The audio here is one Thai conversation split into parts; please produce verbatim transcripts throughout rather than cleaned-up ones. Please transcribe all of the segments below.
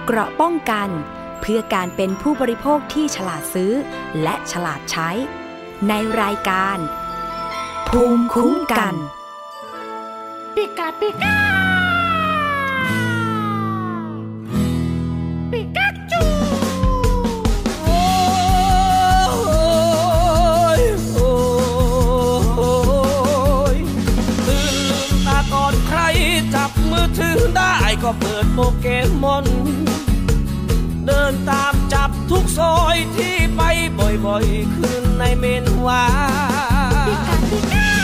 เกราะป้องกันเพื่อการเป็นผู้บริโภคที่ฉลาดซื้อและฉลาดใช้ในรายการภูมิคุ้มกันปิกาปิกาปิกาจูโอ้ยโอ้ยตื่นลืมตาก่อนใครจับมือถือได้ก็เปิดโปเกมอนเดินตามจับทุกซอยที่ไปบ่อยๆคืนในเมนวาปิกาปิกา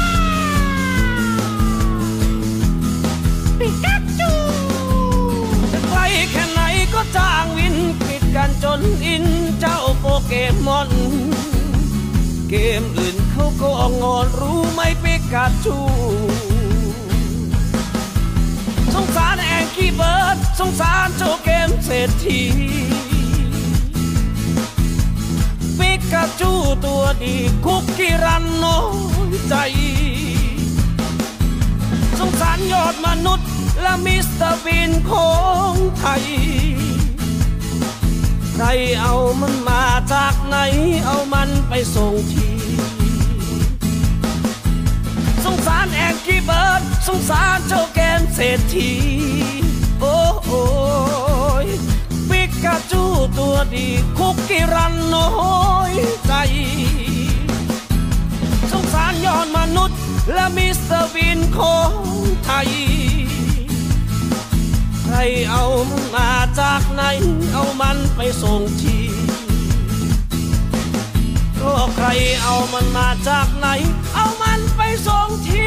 ปิกาจูจะไกลแค่ไหนก็จ้างวินปิดกันจนอินเจ้าโปเกมอนเกมอื่นเขาก็งอนรู้ไหมปิกาจูสงสารแองกี้เบิร์ดสงสารเจ้าเกมเศรษฐีปิกาจูตัวดีคุกกี้รันน้อยใจสงสารยอดมนุษย์และมิสเตอร์บีนของไทยใครเอามันมาจากไหนเอามันไปส่งทีสงสารแองกี้เบิร์ดสงสารเจ้าเกมเศรษฐีโอ้โอ้ยปิกาจูตัวดีคุกกี้รันน้อยใจสงสารยอดมนุษย์และมิสเตอร์บีนของไทยใครเอามันมาจากไหนเอามันไปส่งทีก็ใครเอามันมาจากไหนเอามันไปส่งที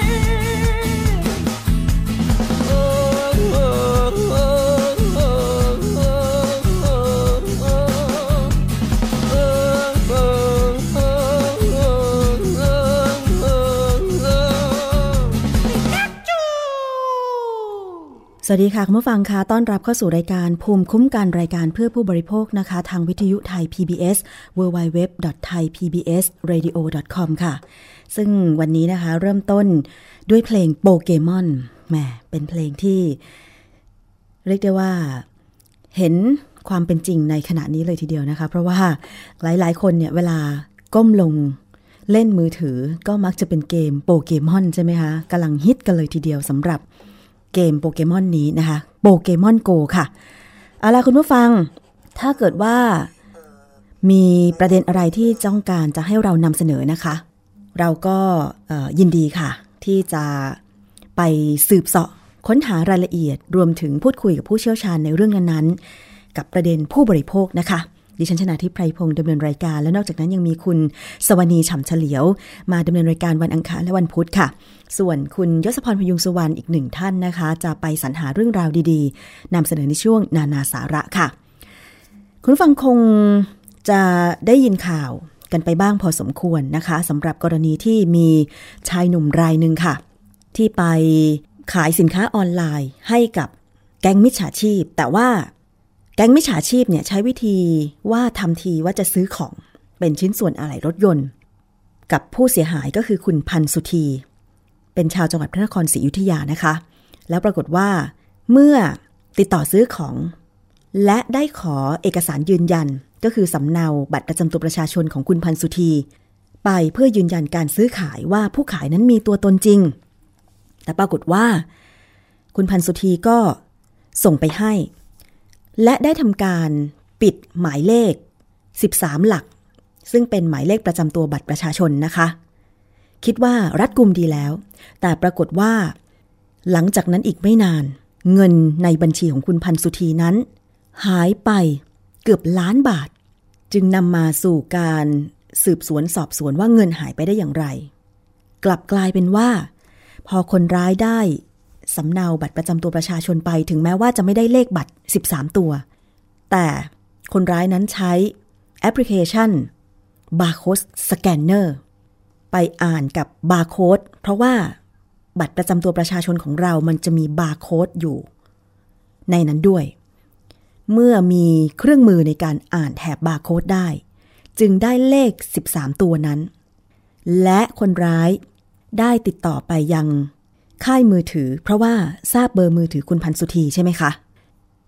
สวัสดีค่ะคุณผู้ฟังค่ะต้อนรับเข้าสู่รายการภูมิคุ้มกันรายการเพื่อผู้บริโภคนะคะทางวิทยุไทย พี บี เอส ดับเบิลยู ดับเบิลยู ดับเบิลยู ดอท ไทย พี บี เอส เรดิโอ ดอท คอม ค่ะซึ่งวันนี้นะคะเริ่มต้นด้วยเพลงโปเกมอนแหมเป็นเพลงที่เรียกได้ว่าเห็นความเป็นจริงในขณะนี้เลยทีเดียวนะคะเพราะว่าหลายๆคนเนี่ยเวลาก้มลงเล่นมือถือก็มักจะเป็นเกมโปเกมอนใช่ไหมคะกำลังฮิตกันเลยทีเดียวสำหรับเกมโปเกมอนนี้นะคะโปเกมอนโกค่ะเอาล่ะคุณผู้ฟังถ้าเกิดว่ามีประเด็นอะไรที่ต้องการจะให้เรานำเสนอนะคะเราก็ยินดีค่ะที่จะไปสืบเสาะค้นหารายละเอียดรวมถึงพูดคุยกับผู้เชี่ยวชาญในเรื่องนั้นๆกับประเด็นผู้บริโภคนะคะดิฉันชนาทิพย์ไพรพงศ์ดำเนินรายการและนอกจากนั้นยังมีคุณสวนีฉ่ำเฉลียวมาดำเนินรายการวันอังคารและวันพุธค่ะส่วนคุณยศพรพยุงสุวรรณอีกหนึ่งท่านนะคะจะไปสรรหาเรื่องราวดีๆนำเสนอในช่วงนานาสาระค่ะคุณฟังคงจะได้ยินข่าวกันไปบ้างพอสมควรนะคะสำหรับกรณีที่มีชายหนุ่มรายหนึ่งค่ะที่ไปขายสินค้าออนไลน์ให้กับแก๊งมิจฉาชีพแต่ว่าแก๊งมิจฉาชีพเนี่ยใช้วิธีว่าทำทีว่าจะซื้อของเป็นชิ้นส่วนอะไหล่รถยนต์กับผู้เสียหายก็คือคุณพันสุธีเป็นชาวจังหวัดพระนครศรีอยุธยานะคะแล้วปรากฏว่าเมื่อติดต่อซื้อของและได้ขอเอกสารยืนยันก็คือสำเนาบัตรประจำตัวประชาชนของคุณพันสุธีไปเพื่อยืนยันการซื้อขายว่าผู้ขายนั้นมีตัวตนจริงแต่ปรากฏว่าคุณพันสุธีก็ส่งไปให้และได้ทำการปิดหมายเลขสิบสามหลักซึ่งเป็นหมายเลขประจำตัวบัตรประชาชนนะคะคิดว่ารัดกุมดีแล้วแต่ปรากฏว่าหลังจากนั้นอีกไม่นานเงินในบัญชีของคุณพันสุธีนั้นหายไปเกือบล้านบาทจึงนำมาสู่การสืบสวนสอบสวนว่าเงินหายไปได้อย่างไรกลับกลายเป็นว่าพอคนร้ายได้สำเนาบัตรประจำตัวประชาชนไปถึงแม้ว่าจะไม่ได้เลขบัตรสิบสามตัวแต่คนร้ายนั้นใช้แอปพลิเคชัน Barcode Scanner ไปอ่านกับบาร์โค้ดเพราะว่าบัตรประจำตัวประชาชนของเรามันจะมีบาร์โค้ดอยู่ในนั้นด้วยเมื่อมีเครื่องมือในการอ่านแถบบาร์โค้ดได้จึงได้เลขสิบสามตัวนั้นและคนร้ายได้ติดต่อไปยังค่ายมือถือเพราะว่าทราบเบอร์มือถือคุณพันสุธีใช่ไหมคะ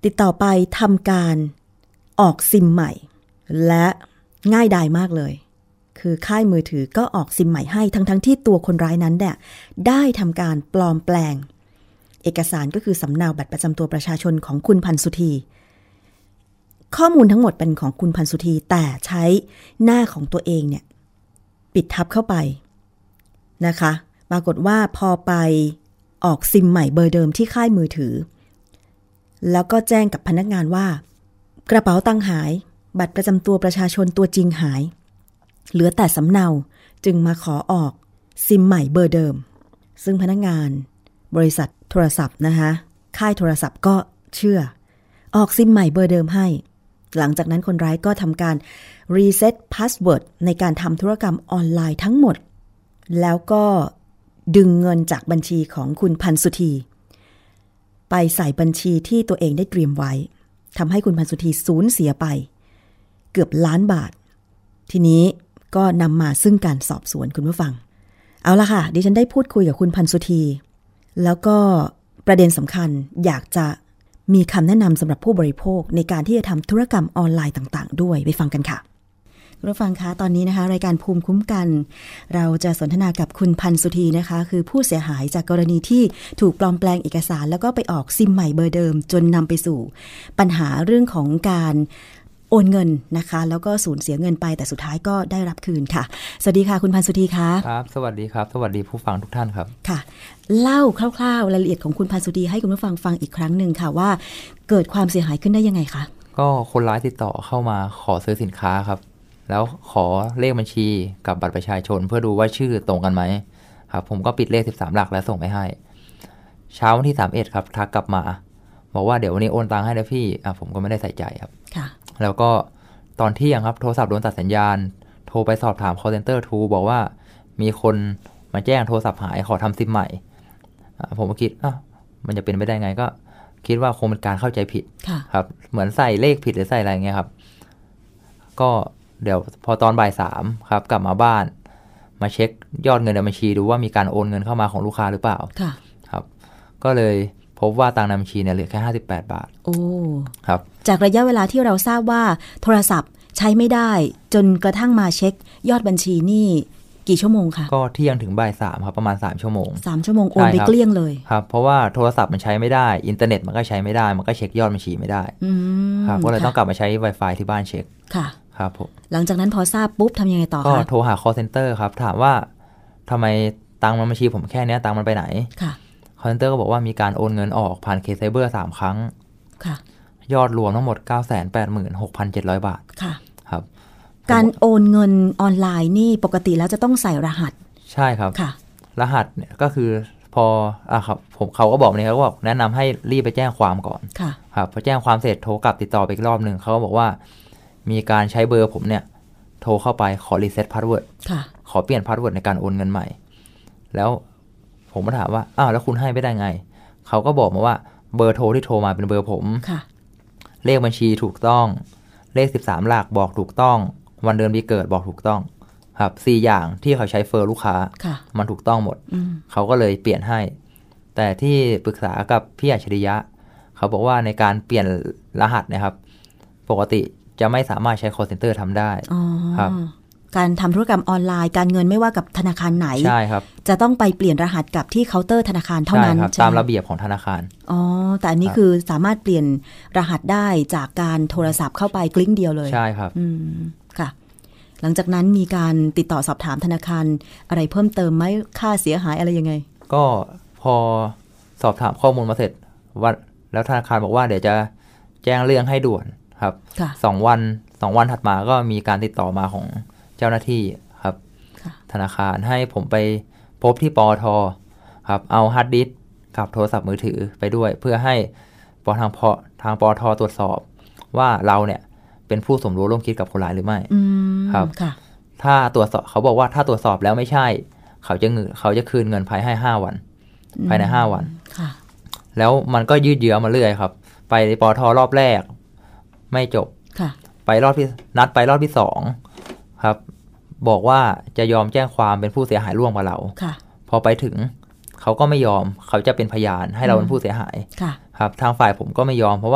ติดต่อไปทำการออกซิมใหม่และง่ายดายมากเลยคือค่ายมือถือก็ออกซิมใหม่ให้ทั้งๆ ท, ที่ตัวคนร้ายนั้นเนี่ยได้ทำการปลอมแปลงเอกสารก็คือสำเนาบัตรประจำตัวประชาชนของคุณพันสุธีข้อมูลทั้งหมดเป็นของคุณพันสุธีแต่ใช้หน้าของตัวเองเนี่ยปิดทับเข้าไปนะคะปรากฏว่าพอไปออกซิมใหม่เบอร์เดิมที่ค่ายมือถือแล้วก็แจ้งกับพนักงานว่ากระเป๋าตังค์หายบัตรประจำตัวประชาชนตัวจริงหายเหลือแต่สำเนาจึงมาขอออกซิมใหม่เบอร์เดิมซึ่งพนักงานบริษัทโทรศัพท์นะคะค่ายโทรศัพท์ก็เชื่อออกซิมใหม่เบอร์เดิมให้หลังจากนั้นคนร้ายก็ทำการรีเซ็ตพาสเวิร์ดในการทำธุรกรรมออนไลน์ทั้งหมดแล้วก็ดึงเงินจากบัญชีของคุณพันสุธีไปใส่บัญชีที่ตัวเองได้เตรียมไว้ทำให้คุณพันสุธีสูญเสียไปเกือบล้านบาททีนี้ก็นำมาซึ่งการสอบสวนคุณผู้ฟังเอาละค่ะดิฉันได้พูดคุยกับคุณพันสุธีแล้วก็ประเด็นสำคัญอยากจะมีคำแนะนำสำหรับผู้บริโภคในการที่จะทำธุรกรรมออนไลน์ต่างๆด้วยไปฟังกันค่ะคุณผู้ฟังคะตอนนี้นะคะรายการภูมิคุ้มกันเราจะสนทนากับคุณพันสุธีนะคะคือผู้เสียหายจากกรณีที่ถูกปลอมแปลงเอกสารแล้วก็ไปออกซิมใหม่เบอร์เดิมจนนำไปสู่ปัญหาเรื่องของการโอนเงินนะคะแล้วก็สูญเสียเงินไปแต่สุดท้ายก็ได้รับคืนค่ะสวัสดีค่ะคุณพันสุธีคะครับสวัสดีครับสวัสดีผู้ฟังทุกท่านครับค่ะเล่าคร่าวๆรายละเอียดของคุณพันสุธีให้คุณผู้ฟังฟังอีกครั้งหนึ่งค่ะว่าเกิดความเสียหายขึ้นได้ยังไงคะก็คนร้ายติดต่อเข้ามาขอซื้อสินค้าครับแล้วขอเลขบัญชีกับบัตรประชาชนเพื่อดูว่าชื่อตรงกันไหมครับผมก็ปิดเลขสิบสามหลักแล้วส่งไปให้เช้าวันที่สามสิบเอ็ดครับทักกลับมาบอกว่าเดี๋ยววันนี้โอนตังค์ให้นะพี่อ่ะผมก็ไม่ได้ใส่ใจครับค่ะแล้วก็ตอนเที่ยงครับโทรศัพท์โดนตัดสัญญาณโทรไปสอบถาม call center ทูบอกว่ามีคนมาแจ้งโทรศัพท์หายขอทำซิมใหม่ผมก็คิดอ่ะมันจะเป็นไปได้ไงก็คิดว่าคงเป็นการเข้าใจผิดครับเหมือนใส่เลขผิดหรือใส่อะไรเงี้ยครับก็เดี๋ยวพอตอนบ่ายสามครับกลับมาบ้านมาเช็คยอดเงินในบัญชีดูว่ามีการโอนเงินเข้ามาของลูกค้าหรือเปล่าครับก็เลยพบว่าตังค์ในบัญชีเนี่ยเหลือแค่ห้าสิบแปดบาทโอ้ครับจากระยะเวลาที่เราทราบว่าโทรศัพท์ใช้ไม่ได้จนกระทั่งมาเช็คยอดบัญชีนี่กี่ชั่วโมงคะก็เที่ยงถึงบ่ายสามครับประมาณสามชั่วโมงสามชั่วโมงโอนไปเกลี้ยงเลยครับเพราะว่าโทรศัพท์มันใช้ไม่ได้อินเทอร์เน็ตมันก็ใช้ไม่ได้มันก็เช็คยอดบัญชีไม่ได้ครับก็เลยต้องกลับมาใช้ Wi-Fi ที่บ้านเช็คค่ะครับผมหลังจากนั้นพอทราบปุ๊บทำยังไงต่อคะก็โทรหา call center ครับถามว่าทำไมตังค์มันบัญชีผมแค่นี้ตังค์มันไปไหนค่ะ call center ก็บอกว่ามีการโอนเงินออกผ่าน K-Cyber สามครั้งค่ะยอดรวมทั้งหมด เก้าแสนแปดหมื่นหกพันเจ็ดร้อย บาทค่ะครับการโอนเงินออนไลน์นี่ปกติแล้วจะต้องใส่รหัสใช่ครับค่ะรหัสเนี่ยก็คือพออ่ะครับผมเขาก็บอกนี่เขาก็บอกแนะนำให้รีบไปแจ้งความก่อนค่ะครับพอแจ้งความเสร็จโทรกลับติดต่อไปอีกรอบนึงเขาก็บอกว่ามีการใช้เบอร์ผมเนี่ยโทรเข้าไปขอรีเซ็ตพาสเวิร์ดขอเปลี่ยนพาสเวิร์ดในการโอนเงินใหม่แล้วผมก็ถามว่าอ้าวแล้วคุณให้ไม่ได้ไงเขาก็บอกมาว่าเบอร์โทรที่โทรมาเป็นเบอร์ผมเลขบัญชีถูกต้องเลขสิบสามหลักบอกถูกต้องวันเดือนปีเกิดบอกถูกต้องครับสี่อย่างที่เขาใช้เฟอร์ลูกค้ามันถูกต้องหมดเขาก็เลยเปลี่ยนให้แต่ที่ปรึกษากับพี่อัจฉริยะเขาบอกว่าในการเปลี่ยนรหัสนะครับปกติจะไม่สามารถใช้ call center ทำได้ครับการทำธุรกรรมออนไลน์การเงินไม่ว่ากับธนาคารไหนใช่ครับจะต้องไปเปลี่ยนรหัสกับที่เคาน์เตอร์ธนาคารเท่านั้นใช่ตามระเบียบของธนาคารอ๋อแต่อันนี้คือสามารถเปลี่ยนรหัสได้จากการโทรศัพท์เข้าไปกลิ้งเดียวเลยใช่ครับอืมค่ะหลังจากนั้นมีการติดต่อสอบถามธนาคารอะไรเพิ่มเติมไหมค่าเสียหายอะไรยังไงก็พอสอบถามข้อมูลมาเสร็จว่าแล้วธนาคารบอกว่าเดี๋ยวจะแจ้งเรื่องให้ด่วนครับสองวันสองวันถัดมาก็มีการติดต่อมาของเจ้าหน้าที่ครับธนาคารให้ผมไปพบที่ปอทครับเอาฮาร์ดดิสก์กับโทรศัพท์มือถือไปด้วยเพื่อให้ปอทางพอทางปอทตรวจสอบว่าเราเนี่ยเป็นผู้สมรู้ร่วมคิดกับคนร้ายหรือไม่ครับถ้าตรวจสอบเขาบอกว่าถ้าตรวจสอบแล้วไม่ใช่เขาจะเงินเขาจะคืนเงินภายให้ห้าวันภายในห้าวันแล้วมันก็ยืดเยื้อมาเรื่อยครับไปปอทรอบแรกไม่จบไปรอบที่นัดไปรอบที่สองครับบอกว่าจะยอมแจ้งความเป็นผู้เสียหายร่วมกับเราพอไปถึงเขาก็ไม่ยอมเขาจะเป็นพยานให้เราเป็นผู้เสียหายครับทางฝ่ายผมก็ไม่ยอมเพราะว่า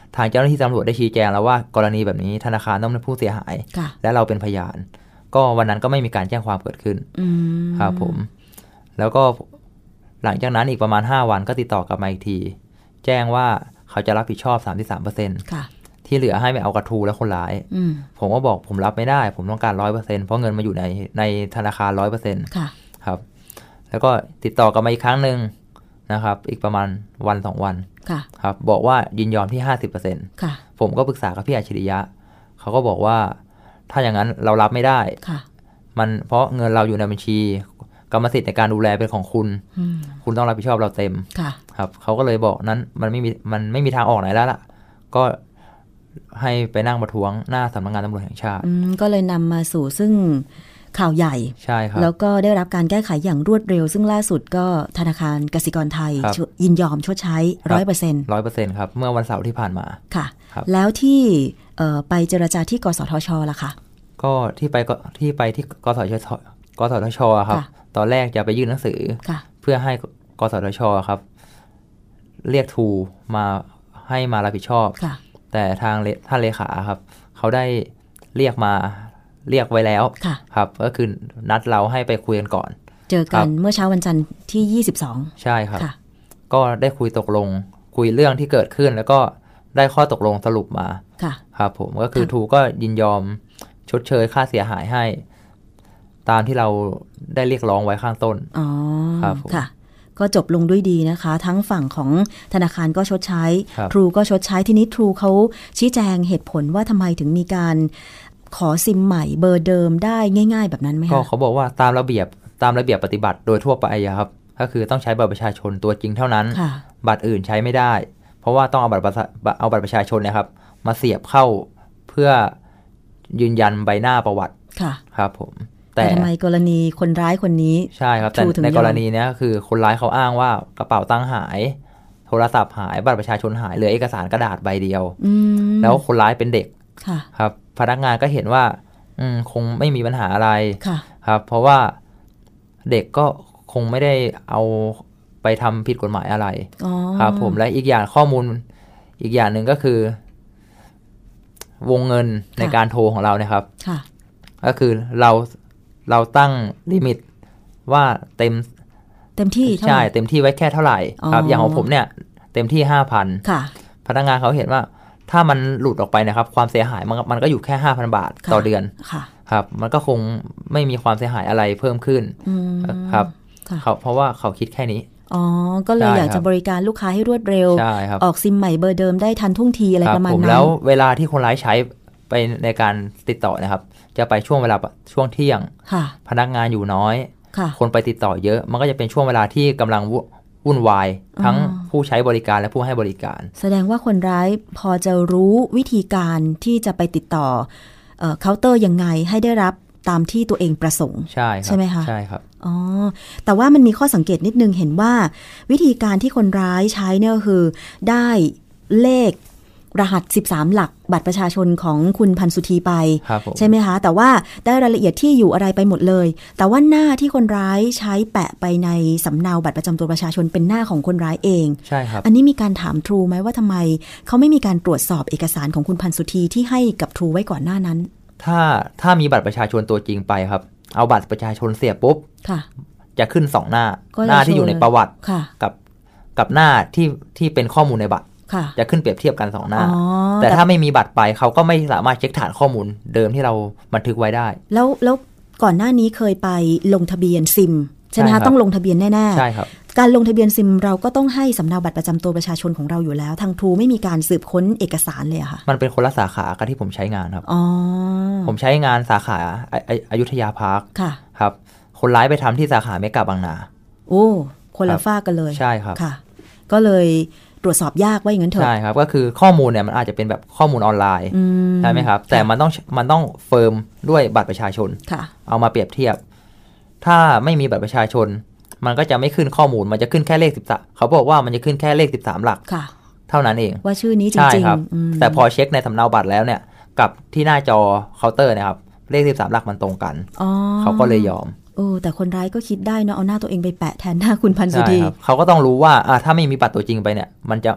ทางเจ้าหน้าที่ตำรวจได้ชี้แจงแล้วว่ากรณีแบบนี้ธนาคารต้องเป็นผู้เสียหายและเราเป็นพยานก็วันนั้นก็ไม่มีการแจ้งความเกิดขึ้นครับผมแล้วก็หลังจากนั้นอีกประมาณห้าวันก็ติดต่อกลับมาอีกทีแจ้งว่าเขาจะรับผิดชอบ สามสิบสามเปอร์เซ็นต์ ค่ะที่เหลือให้ไปเอากระทูและคนร้ายผมก็บอกผมรับไม่ได้ผมต้องการ ร้อยเปอร์เซ็นต์ เพราะเงินมาอยู่ในในธนาคาร ร้อยเปอร์เซ็นต์ ค่ะครับแล้วก็ติดต่อกลับมาอีกครั้งนึงนะครับอีกประมาณวันสองวันค่ะครับบอกว่ายินยอมที่ ห้าสิบเปอร์เซ็นต์ ค่ะผมก็ปรึกษากับพี่อัจฉริยะเขาก็บอกว่าถ้าอย่างนั้นเรารับไม่ได้ค่ะมันเพราะเงินเราอยู่ในบัญชีกรรมสิทธิ์ในการดูแลเป็นของคุณคุณต้องรับผิดชอบเราเต็มครับเขาก็เลยบอกนั้นมันไม่มีมันไม่มีทางออกไหนแล้วล่ะก็ให้ไปนั่งประท้วงหน้าสำนักงานตำรวจแห่งชาติก็เลยนำมาสู่ซึ่งข่าวใหญ่ใช่ครับแล้วก็ได้รับการแก้ไขอย่างรวดเร็วซึ่งล่าสุดก็ธนาคารกสิกรไทยยินยอมชดใช้ ร้อยเปอร์เซ็นต์ร้อยเปอร์เซ็นต์ ครับเมื่อวันเสาร์ที่ผ่านมาค่ะแล้วที่ไปเจรจาที่กสทช.ล่ะคะก็ที่ไปก็ที่ไปที่กสทช.กสทช.ครับตอนแรกจะไปยื่นหนังสือเพื่อให้กสทช.ครับเรียกทูมาให้มารับผิดชอบแต่ทางท่านเลขาครับเขาได้เรียกมาเรียกไว้แล้วครับก็คือนัดเราให้ไปคุยกันก่อนเจอกันเมื่อเช้าวันจันทร์ที่ยี่สิบสองใช่ครับก็ได้คุยตกลงคุยเรื่องที่เกิดขึ้นแล้วก็ได้ข้อตกลงสรุปมาครับผมก็คือทูก็ยินยอมชดเชยค่าเสียหายให้ตามที่เราได้เรียกร้องไว้ข้างต้นอ๋อครับค่ะก็จบลงด้วยดีนะคะทั้งฝั่งของธนาคารก็ชดใช้ทรูก็ชดใช้ทีนี้ทรูเขาชี้แจงเหตุผลว่าทำไมถึงมีการขอซิมใหม่เบอร์เดิมได้ง่ายๆแบบนั้นไหมคะก็เขาบอกว่าตามระเบียบตามระเบียบปฏิบัติโดยทั่วไปครับก็คือต้องใช้บัตรประชาชนตัวจริงเท่านั้นบัตรอื่นใช้ไม่ได้เพราะว่าต้องเอาบัตรเอาบัตรประชาชนนะครับมาเสียบเข้าเพื่อยืนยันใบหน้าประวัติครับผมแต่ทำไมกรณีคนร้ายคนนี้ใช่ครับแต่ในกรณีนี้คือคนร้ายเขาอ้างว่ากระเป๋าตังค์หายโทรศัพท์หายบัตรประชาชนหายเหลือเอกสารกระดาษใบเดียวแล้วคนร้ายเป็นเด็กครับพนักงานก็เห็นว่าคงไม่มีปัญหาอะไรครับเพราะว่าเด็กก็คงไม่ได้เอาไปทำผิดกฎหมายอะไรครับผมและอีกอย่างข้อมูลอีกอย่างหนึ่งก็คือวงเงินในการโทรของเราเนี่ยครับก็คือเราเราตั้งลิมิตว่าเต็มเต็มที่ใช่เต็มที่ไว้แค่เท่าไหร่ครับอย่างของผมเนี่ยเต็มที่ ห้าพัน ค่ะพนักงานเขาเห็นว่าถ้ามันหลุดออกไปนะครับความเสียหายมันมันก็อยู่แค่ ห้าพัน บาทต่อเดือนค่ะครับมันก็คงไม่มีความเสียหายอะไรเพิ่มขึ้นครับเขาเพราะว่าเขาคิดแค่นี้อ๋อก็เลยอยากจะบริการลูกค้าให้รวดเร็วออกซิมใหม่เบอร์เดิมได้ทันท่วงทีอะไรประมาณนั้นแล้วเวลาที่คนร้ายใช้ไปในการติดต่อนะครับจะไปช่วงเวลาช่วงเที่ยงพนักงานอยู่น้อยคนไปติดต่อเยอะมันก็จะเป็นช่วงเวลาที่กำลังวุ่นวายทั้งผู้ใช้บริการและผู้ให้บริการแสดงว่าคนร้ายพอจะรู้วิธีการที่จะไปติดต่อเคาน์เตอร์ยังไงให้ได้รับตามที่ตัวเองประสงค์ใช่ใช่ไหมคะใช่ครับอ๋อแต่ว่ามันมีข้อสังเกตนิดนึงเห็นว่าวิธีการที่คนร้ายใช้เนี่ยคือได้เลขรหัสสิบสามหลักบัตรประชาชนของคุณพันสุธีไปใช่ไหมคะแต่ว่าได้รายละเอียดที่อยู่อะไรไปหมดเลยแต่ว่าหน้าที่คนร้ายใช้แปะไปในสำเนาบัตรประจำตัวประชาชนเป็นหน้าของคนร้ายเองใช่ครับอันนี้มีการถามทรูไหมว่าทำไมเขาไม่มีการตรวจสอบเอกสารของคุณพันสุธีที่ให้กับทรูไว้ก่อนหน้านั้นถ้าถ้ามีบัตรประชาชนตัวจริงไปครับเอาบัตรประชาชนเสียปุ๊บจะขึ้นสองหน้าหน้าที่อยู่ในประวัติกับกับหน้าที่ที่เป็นข้อมูลในบัตรจะขึ้นเปรียบเทียบกันสองหน้าแต่ถ้าไม่มีบัตรไปเขาก็ไม่สามารถเช็คฐานข้อมูลเดิมที่เราบันทึกไว้ได้แล้วแล้วก่อนหน้านี้เคยไปลงทะเบียนซิมใช่ไหมคะต้องลงทะเบียนแน่ๆใช่ครับการลงทะเบียนซิมเราก็ต้องให้สำเนาบัตรประจำตัวประชาชนของเราอยู่แล้วทางทรูไม่มีการสืบค้นเอกสารเลยค่ะมันเป็นคนละสาขากับที่ผมใช้งานครับอ๋อผมใช้งานสาขาอยุธยาพาร์คค่ะครับคนร้ายไปทำที่สาขาเมกะบางนาโอ้คนละฝ้ากันเลยใช่ครับค่ะก็เลยตรวจสอบยากว่าอย่างนั้นเถอะใช่ครับก็คือข้อมูลเนี่ยมันอาจจะเป็นแบบข้อมูลออนไลน์ใช่ไหมครับแต่มันต้องมันต้องเฟิร์มด้วยบัตรประชาชนเอามาเปรียบเทียบถ้าไม่มีบัตรประชาชนมันก็จะไม่ขึ้นข้อมูลมันจะขึ้นแค่เลขสิบสามเขาบอกว่ามันจะขึ้นแค่เลขสิบสามหลักเท่านั้นเองว่าชื่อนี้จริงๆใช่ครับแต่พอเช็คในสำเนาบัตรแล้วเนี่ยกับที่หน้าจอเคาน์เตอร์นะครับเลขสิบสามหลักมันตรงกันเขาก็เลยยอมโอ้แต่คนร้ายก็คิดได้เนาะเอาหน้าตัวเองไปแปะแทนหน้าคุณพันสุธีเขาก็ต้องรู้ว่าถ้าไม่มีบัตรตัวจริงไปเนี่ยมันจะ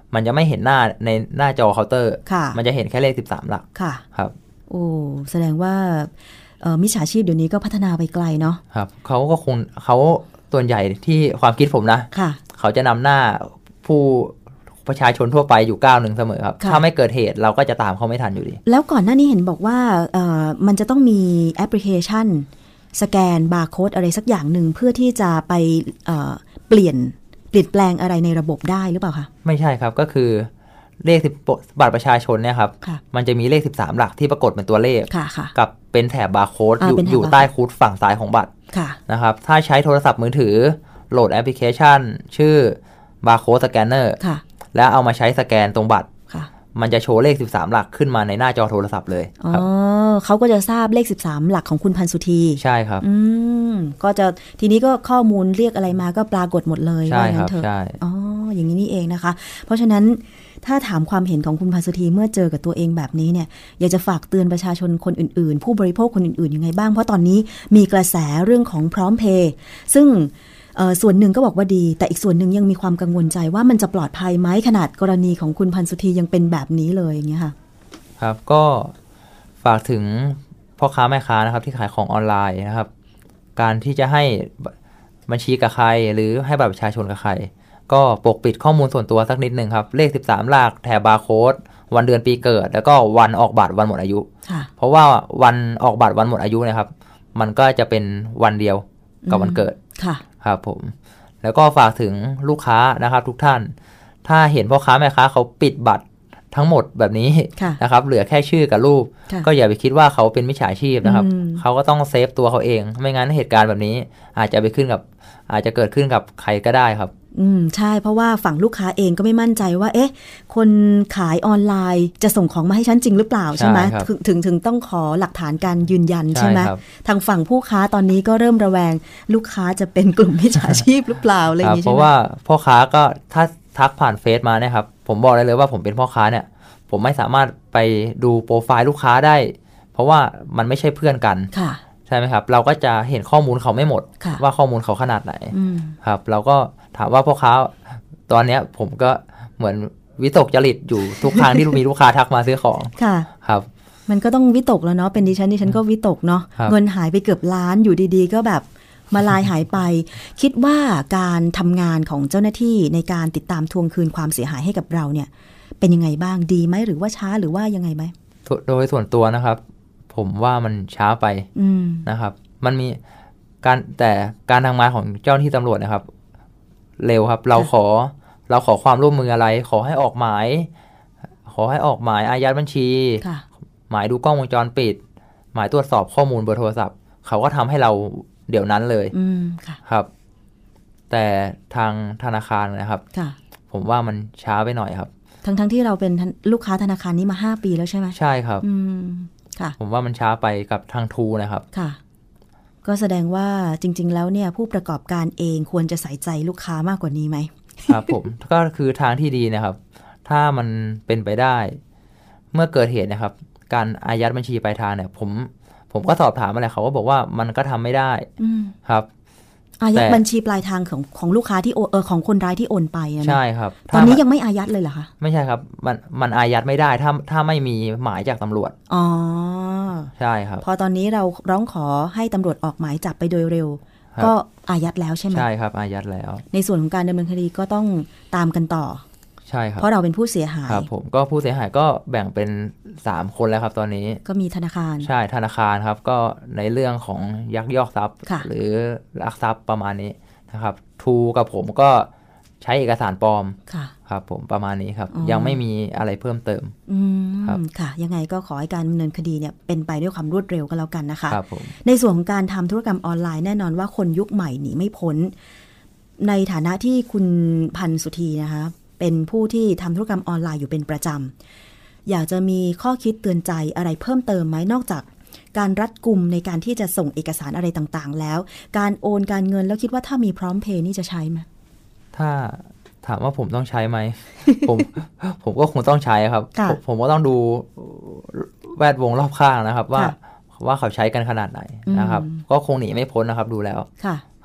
มันจะไม่เห็นหน้าในหน้าจอเคาน์เตอร์มันจะเห็นแค่เลขสิบสามหลักค่ะครับโอ้แสดงว่ามิจฉาชีพเดี๋ยวนี้ก็พัฒนาไปไกลเนาะครับเขาก็คงเขาส่วนใหญ่ที่ความคิดผมนะเขาจะนำหน้าผู้ประชาชนทั่วไปอยู่ก้าวหนึ่งเสมอครับถ้าไม่เกิดเหตุเราก็จะตามเขาไม่ทันอยู่ดีแล้วก่อนหน้านี้เห็นบอกว่ามันจะต้องมีแอปพลิเคชันสแกนบาร์โค้ดอะไรสักอย่างหนึ่งเพื่อที่จะไปเ, เปลี่ยนเปลี่ยนแปลงอะไรในระบบได้หรือเปล่าคะไม่ใช่ครับก็คือเลขบัตรประชาชนเนี่ยครับมันจะมีเลขสิบสามหลักที่ปรากฏเป็นตัวเลขกับเป็นแถบบาร์โค้ดอยู่อยู่ใต้คูดฝั่งซ้ายของบัตรนะครับถ้าใช้โทรศัพท์มือถือโหลดแอปพลิเคชันชื่อบาร์โค้ดสแกนเนอร์แล้วเอามาใช้สแกนตรงบัตรมันจะโชว์เลขสิบสามหลักขึ้นมาในหน้าจอโทรศัพท์เลยอ๋อเขาก็จะทราบเลขสิบสามหลักของคุณพันสุธีใช่ครับอืมก็จะทีนี้ก็ข้อมูลเรียกอะไรมาก็ปรากฏหมดเลยใช่ครับใช่อ๋ออย่างนี้นี่เองนะคะเพราะฉะนั้นถ้าถามความเห็นของคุณพันสุธีเมื่อเจอกับตัวเองแบบนี้เนี่ยอยากจะฝากเตือนประชาชนคนอื่นๆผู้บริโภคคนอื่นๆยังไงบ้างเพราะตอนนี้มีกระแสเรื่องของพร้อมเพย์ซึ่งส่วนหนึ่งก็บอกว่าดีแต่อีกส่วนหนึ่งยังมีความกังวลใจว่ามันจะปลอดภัยไหมขนาดกรณีของคุณพันสุธียังเป็นแบบนี้เลยอย่างเงี้ยค่ะครับก็ฝากถึงพ่อค้าแม่ค้านะครับที่ขายของออนไลน์นะครับการที่จะให้บัญชีกับใครหรือให้บัตรประชาชนกับใครก็ปกปิดข้อมูลส่วนตัวสักนิดนึงครับเลขสิบสามหลักแถบบาร์โค้ดวันเดือนปีเกิดแล้วก็วันออกบัตรวันหมดอายุเพราะว่าวันออกบัตรวันหมดอายุนะครับมันก็จะเป็นวันเดียวกับวันเกิดครับผมแล้วก็ฝากถึงลูกค้านะครับทุกท่านถ้าเห็นพ่อค้าแม่ค้าเขาปิดบัตรทั้งหมดแบบนี้นะครับเหลือแค่ชื่อกับรูปก็อย่าไปคิดว่าเขาเป็นมิจฉาชีพนะครับเขาก็ต้องเซฟตัวเขาเองไม่งั้นเหตุการณ์แบบนี้อาจจะไปขึ้นกับอาจจะเกิดขึ้นกับใครก็ได้ครับอืมใช่เพราะว่าฝั่งลูกค้าเองก็ไม่มั่นใจว่าเอ๊ะคนขายออนไลน์จะส่งของมาให้ฉันจริงหรือเปล่าใช่ไหมถึงถึงถึงต้องขอหลักฐานการยืนยันใช่ไหมทางฝั่งผู้ค้าตอนนี้ก็เริ่มระแวงลูกค้าจะเป็นกลุ่มมิจฉาชีพหรือเปล่าอะไรอย่างนี้ใช่ไหมเพราะว่าพ่อค้าก็ถ้าทักผ่านเฟซมาเนี่ยครับผมบอกได้เลยว่าผมเป็นพ่อค้าเนี่ยผมไม่สามารถไปดูโปรไฟล์ลูกค้าได้เพราะว่ามันไม่ใช่เพื่อนกันใช่ไหมครับเราก็จะเห็นข้อมูลเขาไม่หมดว่าข้อมูลเขาขนาดไหนครับเราก็ถามว่าพ่อค้าตอนนี้ผมก็เหมือนวิตกจริตอยู่ทุกครั้งที่มีลูกค้าทักมาซื้อของค่ะครับมันก็ต้องวิตกแล้วเนาะเป็นดิฉันดิฉันก็วิตกเนาะเงินหายไปเกือบล้านอยู่ดีๆก็แบบมาลายหายไปคิดว่าการทำงานของเจ้าหน้าที่ในการติดตามทวงคืนความเสียหายให้กับเราเนี่ยเป็นยังไงบ้างดีไหมหรือว่าช้าหรือว่ายังไงไหมโดยส่วนตัวนะครับผมว่ามันช้าไปนะครับมันมีการแต่การทำงานของเจ้าหน้าที่ตำรวจนะครับเร็วครับเราขอเราขอความร่วมมืออะไรขอให้ออกหมายขอให้ออกหมายอายัดบัญชีหมายดูกล้องวงจรปิดหมายตรวจสอบข้อมูลเบอร์โทรศัพท์เขาก็ทำให้เราเดี๋ยวนั้นเลยครับแต่ทางธนาคารนะครับผมว่ามันช้าไปหน่อยครับทั้งทั้งที่เราเป็นลูกค้าธนาคารนี้มาห้าปีแล้วใช่ไหมใช่ครับผมว่ามันช้าไปกับทางทูนะครับค่ะก็แสดงว่าจริงๆแล้วเนี่ยผู้ประกอบการเองควรจะใส่ใจลูกค้ามากกว่านี้ไหมครับผมก็คือทางที่ดีนะครับถ้ามันเป็นไปได้เมื่อเกิดเหตุนะครับการอายัดบัญชีปลายทางเนี่ยผมผมก็สอบถามมาแล้วเขาก็บอกว่ามันก็ทำไม่ได้ครับอายัดบัญชีปลายทางของของลูกค้าที่โอเออของคนร้ายที่โอนไปนะใช่ครับตอนนี้ยังไม่อายัดเลยเหรอคะไม่ใช่ครับมันมันอายัดไม่ได้ถ้าถ้าไม่มีหมายจากตำรวจอ๋อใช่ครับพอตอนนี้เราร้องขอให้ตำรวจออกหมายจับไปโดยเร็วก็อายัดแล้วใช่ไหมใช่ครับอายัดแล้วในส่วนของการดำเนินคดีก็ต้องตามกันต่อใช่ครับเพราะเราเป็นผู้เสียหายครับผมก็ผู้เสียหายก็แบ่งเป็นสามคนแล้วครับตอนนี้ก็มีธนาคารใช่ธนาคารครับก็ในเรื่องของยักยอกทรัพย์หรือลักทรัพย์ประมาณนี้นะครับทูกับผมก็ใช้เอกสารปลอมครับผมประมาณนี้ครับยังไม่มีอะไรเพิ่มเติมครับค่ะยังไงก็ขอให้การดำเนินคดีเนี่ยเป็นไปด้วยความรวดเร็วก็แล้วกันนะคะครับผมในส่วนของการทำธุรกรรมออนไลน์แน่นอนว่าคนยุคใหม่หนีไม่พ้นในฐานะที่คุณพันสุธีนะคะเป็นผู้ที่ทำธุรกรรมออนไลน์อยู่เป็นประจำอยากจะมีข้อคิดเตือนใจอะไรเพิ่มเติมไหมนอกจากการรัดกุมในการที่จะส่งเอกสารอะไรต่างๆแล้วการโอนการเงินแล้วคิดว่าถ้ามีพร้อมเพย์นี่จะใช้ไหมถ้าถามว่าผมต้องใช้ไหม ผมผมก็คงต้องใช้ครับ ผม, ผมก็ต้องดูแวดวงรอบข้างนะครับว่าว่าเขาใช้กันขนาดไหนนะครับก็คงหนีไม่พ้นนะครับดูแล้วค่ะ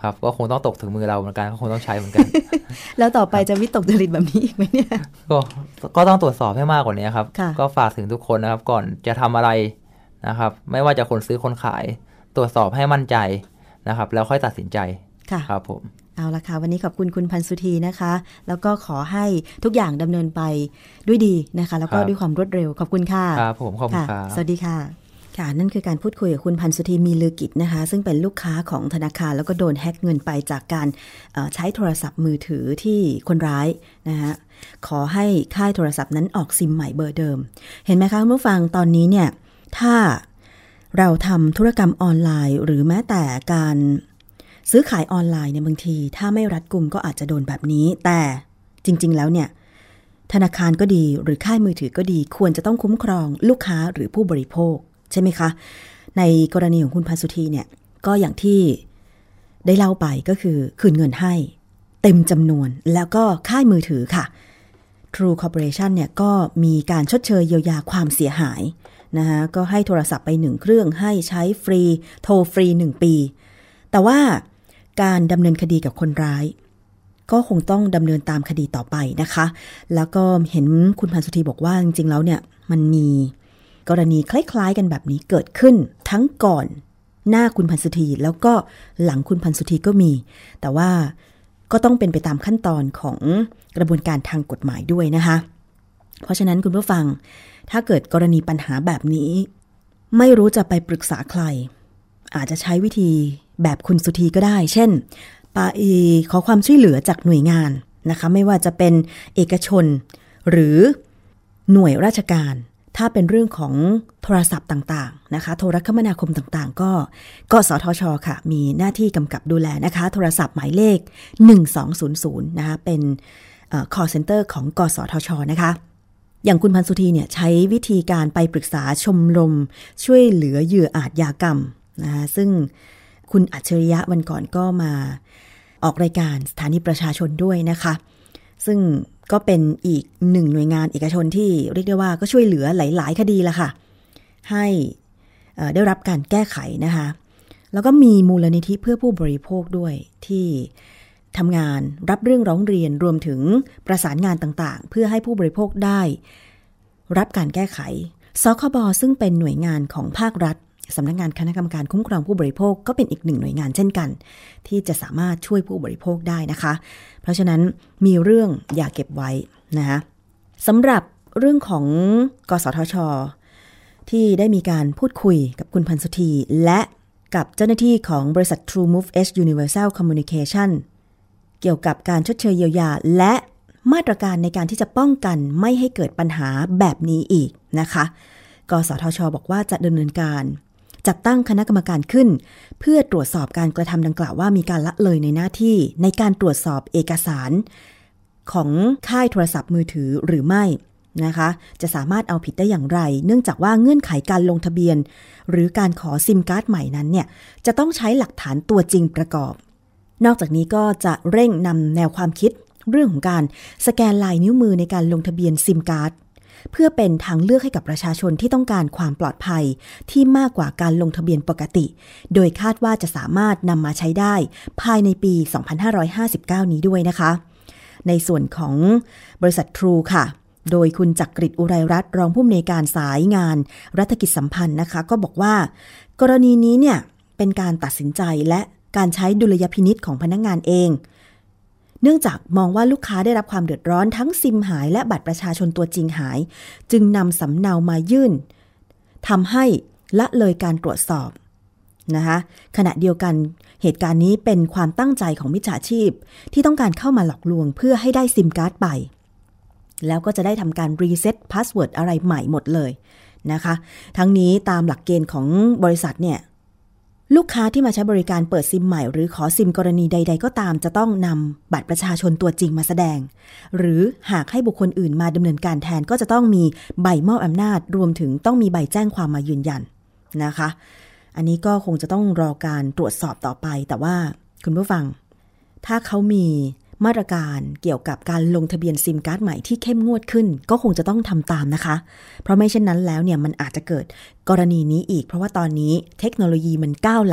ครับก็คงต้องตกถึงมือเราเหมือนกันก็คงต้องใช้เหมือนกันแล้วต่อไปจะวิตกจริตแบบนี้อีกไหมเนี่ยก็ก็ต้องตรวจสอบให้มากกว่านี้ครับก็ฝากถึงทุกคนนะครับก่อนจะทำอะไรนะครับไม่ว่าจะคนซื้อคนขายตรวจสอบให้มั่นใจนะครับแล้วค่อยตัดสินใจครับผมเอาละค่ะวันนี้ขอบคุณคุณพันสุธีนะคะแล้วก็ขอให้ทุกอย่างดำเนินไปด้วยดีนะคะแล้วก็ด้วยความรวดเร็วขอบคุณค่ะครับผมขอบคุณครับสวัสดีค่ะค่ะนั่นคือการพูดคุยกับคุณพันสุธีมีลือกิจนะคะซึ่งเป็นลูกค้าของธนาคารแล้วก็โดนแฮ็กเงินไปจากการใช้โทรศัพท์มือถือที่คนร้ายนะคะขอให้ค่ายโทรศัพท์นั้นออกซิมใหม่เบอร์เดิมเห็นไหมคะคุณผู้ฟังตอนนี้เนี่ยถ้าเราทำธุรกรรมออนไลน์หรือแม้แต่การซื้อขายออนไลน์เนี่ยบางทีถ้าไม่รัดกุมก็อาจจะโดนแบบนี้แต่จริงๆแล้วเนี่ยธนาคารก็ดีหรือค่ายมือถือก็ดีควรจะต้องคุ้มครองลูกค้าหรือผู้บริโภคใช่ไหมคะในกรณีของคุณพันสุธีเนี่ยก็อย่างที่ได้เล่าไปก็คือคืนเงินให้เต็มจำนวนแล้วก็ค่ายมือถือค่ะ True Corporation เนี่ยก็มีการชดเชยเยียวยาความเสียหายนะคะก็ให้โทรศัพท์ไปหนึ่งเครื่องให้ใช้ฟรีโทรฟรีหนึ่งปีแต่ว่าการดำเนินคดีกับคนร้ายก็คงต้องดำเนินตามคดีต่อไปนะคะแล้วก็เห็นคุณพันสุธีบอกว่าจริงๆแล้วเนี่ยมันมีกรณีคล้ายๆกันแบบนี้เกิดขึ้นทั้งก่อนหน้าคุณพันสุธีแล้วก็หลังคุณพันสุธีก็มีแต่ว่าก็ต้องเป็นไปตามขั้นตอนของกระบวนการทางกฎหมายด้วยนะคะเพราะฉะนั้นคุณผู้ฟังถ้าเกิดกรณีปัญหาแบบนี้ไม่รู้จะไปปรึกษาใครอาจจะใช้วิธีแบบคุณสุธีก็ได้เช่นไปขอความช่วยเหลือจากหน่วยงานนะคะไม่ว่าจะเป็นเอกชนหรือหน่วยราชการถ้าเป็นเรื่องของโทรศัพท์ต่างๆนะคะโทรคมนาคมต่างๆก็กสทช.ค่ะมีหน้าที่กำกับดูแลนะคะโทรศัพท์หมายเลขหนึ่งสองศูนย์ศูนย์นะคะเป็นเอ่อ call center ของกสทช.นะคะอย่างคุณพันสุธีเนี่ยใช้วิธีการไปปรึกษาชมรมช่วยเหลือเหยื่ออาชญากรรมนะคะซึ่งคุณอัจฉริยะวันก่อนก็มาออกรายการสถานีประชาชนด้วยนะคะซึ่งก็เป็นอีกหนึ่งหน่วยงานเอกชนที่เรียกได้ว่าก็ช่วยเหลือหลายๆคดีละค่ะให้ได้รับการแก้ไขนะคะแล้วก็มีมูลนิธิเพื่อผู้บริโภคด้วยที่ทำงานรับเรื่องร้องเรียนรวมถึงประสานงานต่างๆเพื่อให้ผู้บริโภคได้รับการแก้ไขสคบซึ่งเป็นหน่วยงานของภาครัฐสำนักงานคณะกรรมการคุ้มครองผู้บริโภคก็เป็นอีกหนึ่งหน่วยงานเช่นกันที่จะสามารถช่วยผู้บริโภคได้นะคะเพราะฉะนั้นมีเรื่องอย่าเก็บไว้นะคะสำหรับเรื่องของกสทช.ที่ได้มีการพูดคุยกับคุณพันสุธีและกับเจ้าหน้าที่ของบริษัท True Move Edge Universal Communication เกี่ยวกับการชดเชยเยียวยาและมาตรการในการที่จะป้องกันไม่ให้เกิดปัญหาแบบนี้อีกนะคะกสทช.บอกว่าจะดำเนินการจัดตั้งคณะกรรมการขึ้นเพื่อตรวจสอบการกระทำดังกล่าวว่ามีการละเลยในหน้าที่ในการตรวจสอบเอกสารของค่ายโทรศัพท์มือถือหรือไม่นะคะจะสามารถเอาผิดได้อย่างไรเนื่องจากว่าเงื่อนไขการลงทะเบียนหรือการขอซิมการ์ดใหม่นั้นเนี่ยจะต้องใช้หลักฐานตัวจริงประกอบนอกจากนี้ก็จะเร่งนำแนวความคิดเรื่องของการสแกนลายนิ้วมือในการลงทะเบียนซิมการ์ดเพื่อเป็นทางเลือกให้กับประชาชนที่ต้องการความปลอดภัยที่มากกว่าการลงทะเบียนปกติโดยคาดว่าจะสามารถนำมาใช้ได้ภายในปีสองพันห้าร้อยห้าสิบเก้านี้ด้วยนะคะในส่วนของบริษัท True ค่ะโดยคุณจักริดอุไรรัตน์รองผู้อำนวยการสายงานรัฐกิจสัมพันธ์นะคะก็บอกว่ากรณีนี้เนี่ยเป็นการตัดสินใจและการใช้ดุลยพินิจของพนักงานเองเนื่องจากมองว่าลูกค้าได้รับความเดือดร้อนทั้งซิมหายและบัตรประชาชนตัวจริงหายจึงนำสำเนามายื่นทำให้ละเลยการตรวจสอบนะคะขณะเดียวกันเหตุการณ์นี้เป็นความตั้งใจของมิจฉาชีพที่ต้องการเข้ามาหลอกลวงเพื่อให้ได้ซิมการ์ดไปแล้วก็จะได้ทำการรีเซ็ตพาสเวิร์ดอะไรใหม่หมดเลยนะคะทั้งนี้ตามหลักเกณฑ์ของบริษัทเนี่ยลูกค้าที่มาใช้บริการเปิดซิมใหม่หรือขอซิมกรณีใดๆก็ตามจะต้องนำบัตรประชาชนตัวจริงมาแสดงหรือหากให้บุคคลอื่นมาดำเนินการแทนก็จะต้องมีใบมอบอำนาจรวมถึงต้องมีใบแจ้งความมายืนยันนะคะอันนี้ก็คงจะต้องรอการตรวจสอบต่อไปแต่ว่าคุณผู้ฟังถ้าเขามีมาตรการเกี่ยวกับการลงทะเบียนซิมการ์ดใหม่ที่เข้มงวดขึ้นก็คงจะต้องทำตามนะคะเพราะไม่เช่นนั้นแล้วเนี่ยมันอาจจะเกิดกรณีนี้อีกเพราะว่าตอนนี้เทคโนโลยีมันก้าวล้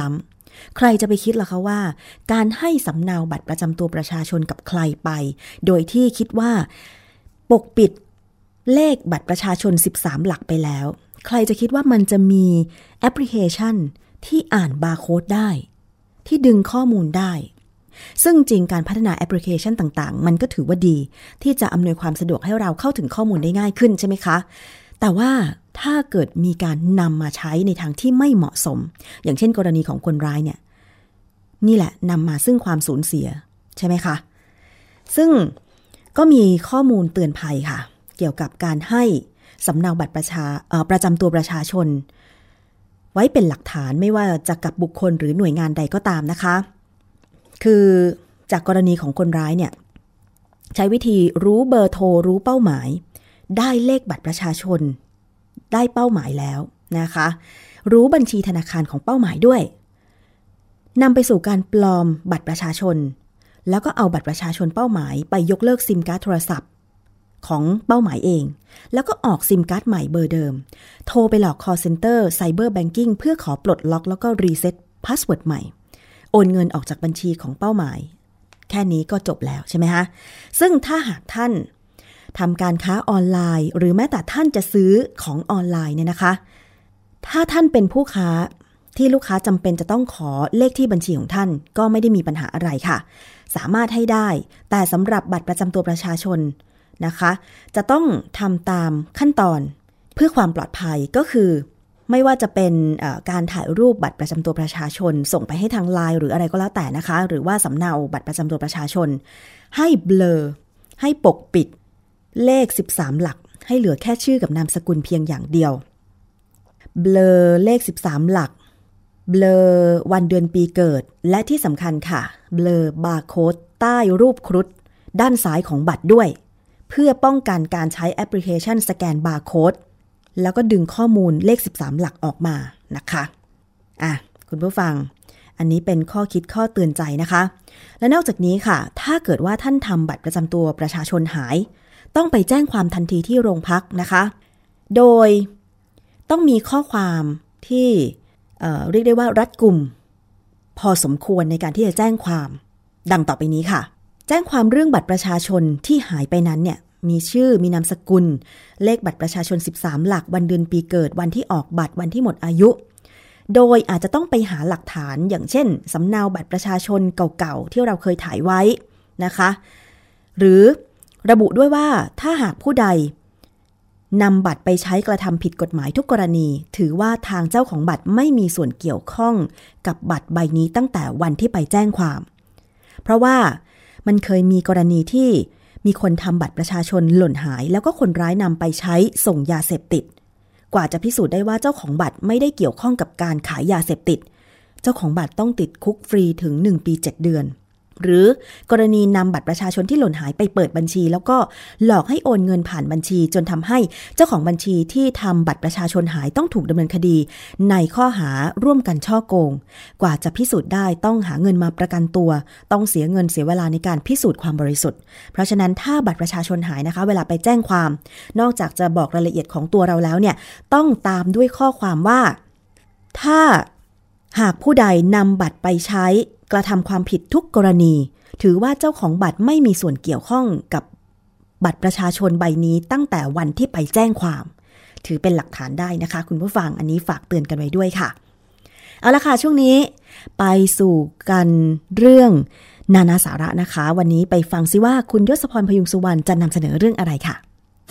ใครจะไปคิดล่ะคะว่าการให้สำเนาบัตรประจำตัวประชาชนกับใครไปโดยที่คิดว่าปกปิดเลขบัตรประชาชนสิบสามหลักไปแล้วใครจะคิดว่ามันจะมีแอปพลิเคชันที่อ่านบาร์โค้ดได้ที่ดึงข้อมูลได้ซึ่งจริงการพัฒนาแอปพลิเคชันต่างๆมันก็ถือว่าดีที่จะอำนวยความสะดวกให้เราเข้าถึงข้อมูลได้ง่ายขึ้นใช่ไหมคะแต่ว่าถ้าเกิดมีการนำมาใช้ในทางที่ไม่เหมาะสมอย่างเช่นกรณีของคนร้ายเนี่ยนี่แหละนำมาซึ่งความสูญเสียใช่ไหมคะซึ่งก็มีข้อมูลเตือนภัยค่ะเกี่ยวกับการให้สำเนาบัตรประชาเอ่อประจำตัวประชาชนไว้เป็นหลักฐานไม่ว่าจะกับบุคคลหรือหน่วยงานใดก็ตามนะคะคือจากกรณีของคนร้ายเนี่ยใช้วิธีรู้เบอร์โทรรู้เป้าหมายได้เลขบัตรประชาชนได้เป้าหมายแล้วนะคะรู้บัญชีธนาคารของเป้าหมายด้วยนำไปสู่การปลอมบัตรประชาชนแล้วก็เอาบัตรประชาชนเป้าหมายไปยกเลิกซิมการ์ดโทรศัพท์ของเป้าหมายเองแล้วก็ออกซิมการ์ดใหม่เบอร์เดิมโทรไปหลอก call center cyber banking เพื่อขอปลดล็อกแล้วก็รีเซ็ตพาสเวิร์ดใหม่โอนเงินออกจากบัญชีของเป้าหมายแค่นี้ก็จบแล้วใช่ไหมคะซึ่งถ้าหากท่านทำการค้าออนไลน์หรือแม้แต่ท่านจะซื้อของออนไลน์เนี่ยนะคะถ้าท่านเป็นผู้ค้าที่ลูกค้าจำเป็นจะต้องขอเลขที่บัญชีของท่านก็ไม่ได้มีปัญหาอะไรค่ะสามารถให้ได้แต่สำหรับบัตรประจำตัวประชาชนนะคะจะต้องทำตามขั้นตอนเพื่อความปลอดภัยก็คือไม่ว่าจะเป็นการถ่ายรูปบัตรประจำตัวประชาชนส่งไปให้ทางไลน์หรืออะไรก็แล้วแต่นะคะหรือว่าสำเนาบัตรประจำตัวประชาชนให้เบลอให้ปกปิดเลขสิบสามหลักให้เหลือแค่ชื่อกับนามสกุลเพียงอย่างเดียวเบลอเลขสิบสามหลักเบลอวันเดือนปีเกิดและที่สำคัญค่ะเบลอบาร์โค้ดใต้รูปครุฑด้านซ้ายของบัตรด้วยเพื่อป้องกันการใช้แอปพลิเคชันสแกนบาร์โค้ดแล้วก็ดึงข้อมูลเลขสิบสามหลักออกมานะคะอ่ะคุณผู้ฟังอันนี้เป็นข้อคิดข้อเตือนใจนะคะและนอกจากนี้ค่ะถ้าเกิดว่าท่านทำบัตรประจำตัวประชาชนหายต้องไปแจ้งความทันทีที่โรงพักนะคะโดยต้องมีข้อความที่เอ่อเรียกได้ว่ารัดกุมพอสมควรในการที่จะแจ้งความดังต่อไปนี้ค่ะแจ้งความเรื่องบัตรประชาชนที่หายไปนั้นเนี่ยมีชื่อมีนามสกุลเลขบัตรประชาชนสิบสามหลักวันเดือนปีเกิดวันที่ออกบัตรวันที่หมดอายุโดยอาจจะต้องไปหาหลักฐานอย่างเช่นสำเนาบัตรประชาชนเก่าๆที่เราเคยถ่ายไว้นะคะหรือระบุด้วยว่าถ้าหากผู้ใดนำบัตรไปใช้กระทำผิดกฎหมายทุกกรณีถือว่าทางเจ้าของบัตรไม่มีส่วนเกี่ยวข้องกับบัตรใบนี้ตั้งแต่วันที่ไปแจ้งความเพราะว่ามันเคยมีกรณีที่มีคนทำบัตรประชาชนหล่นหายแล้วก็คนร้ายนำไปใช้ส่งยาเสพติดกว่าจะพิสูจน์ได้ว่าเจ้าของบัตรไม่ได้เกี่ยวข้องกับการขายยาเสพติดเจ้าของบัตรต้องติดคุกฟรีถึงหนึ่งปีเจ็ดเดือนหรือกรณีนำบัตรประชาชนที่หล่นหายไปเปิดบัญชีแล้วก็หลอกให้โอนเงินผ่านบัญชีจนทำให้เจ้าของบัญชีที่ทำบัตรประชาชนหายต้องถูกดำเนินคดีในข้อหาร่วมกันฉ้อโกงกว่าจะพิสูจน์ได้ต้องหาเงินมาประกันตัวต้องเสียเงินเสียเวลาในการพิสูจน์ความบริสุทธิ์เพราะฉะนั้นถ้าบัตรประชาชนหายนะคะเวลาไปแจ้งความนอกจากจะบอกรายละเอียดของตัวเราแล้วเนี่ยต้องตามด้วยข้อความว่าถ้าหากผู้ใดนำบัตรไปใช้กระทำความผิดทุกกรณีถือว่าเจ้าของบัตรไม่มีส่วนเกี่ยวข้องกับบัตรประชาชนใบนี้ตั้งแต่วันที่ไปแจ้งความถือเป็นหลักฐานได้นะคะคุณผู้ฟังอันนี้ฝากเตือนกันไว้ด้วยค่ะเอาละค่ะช่วงนี้ไปสู่กันเรื่องนานาสาระนะคะวันนี้ไปฟังซิว่าคุณยศพรพยุงสุวรรณจะนำเสนอเรื่องอะไรค่ะ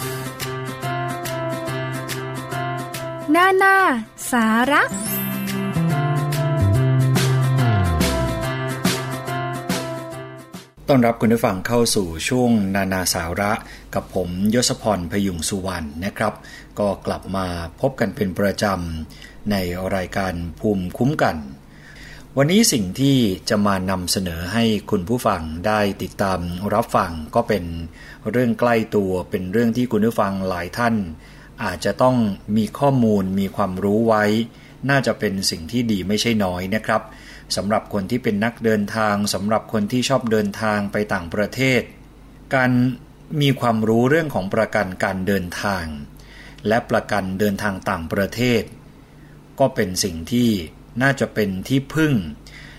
นานาสาระต้อนรับคุณผู้ฟังเข้าสู่ช่วงนานาสาระกับผมยศพรพยุงสุวรรณนะครับก็กลับมาพบกันเป็นประจำในรายการภูมิคุ้มกันวันนี้สิ่งที่จะมานำเสนอให้คุณผู้ฟังได้ติดตามรับฟังก็เป็นเรื่องใกล้ตัวเป็นเรื่องที่คุณผู้ฟังหลายท่านอาจจะต้องมีข้อมูลมีความรู้ไว้น่าจะเป็นสิ่งที่ดีไม่ใช่น้อยนะครับสำหรับคนที่เป็นนักเดินทางสำหรับคนที่ชอบเดินทางไปต่างประเทศการมีความรู้เรื่องของประกันการเดินทางและประกันเดินทางต่างประเทศก็เป็นสิ่งที่น่าจะเป็นที่พึ่ง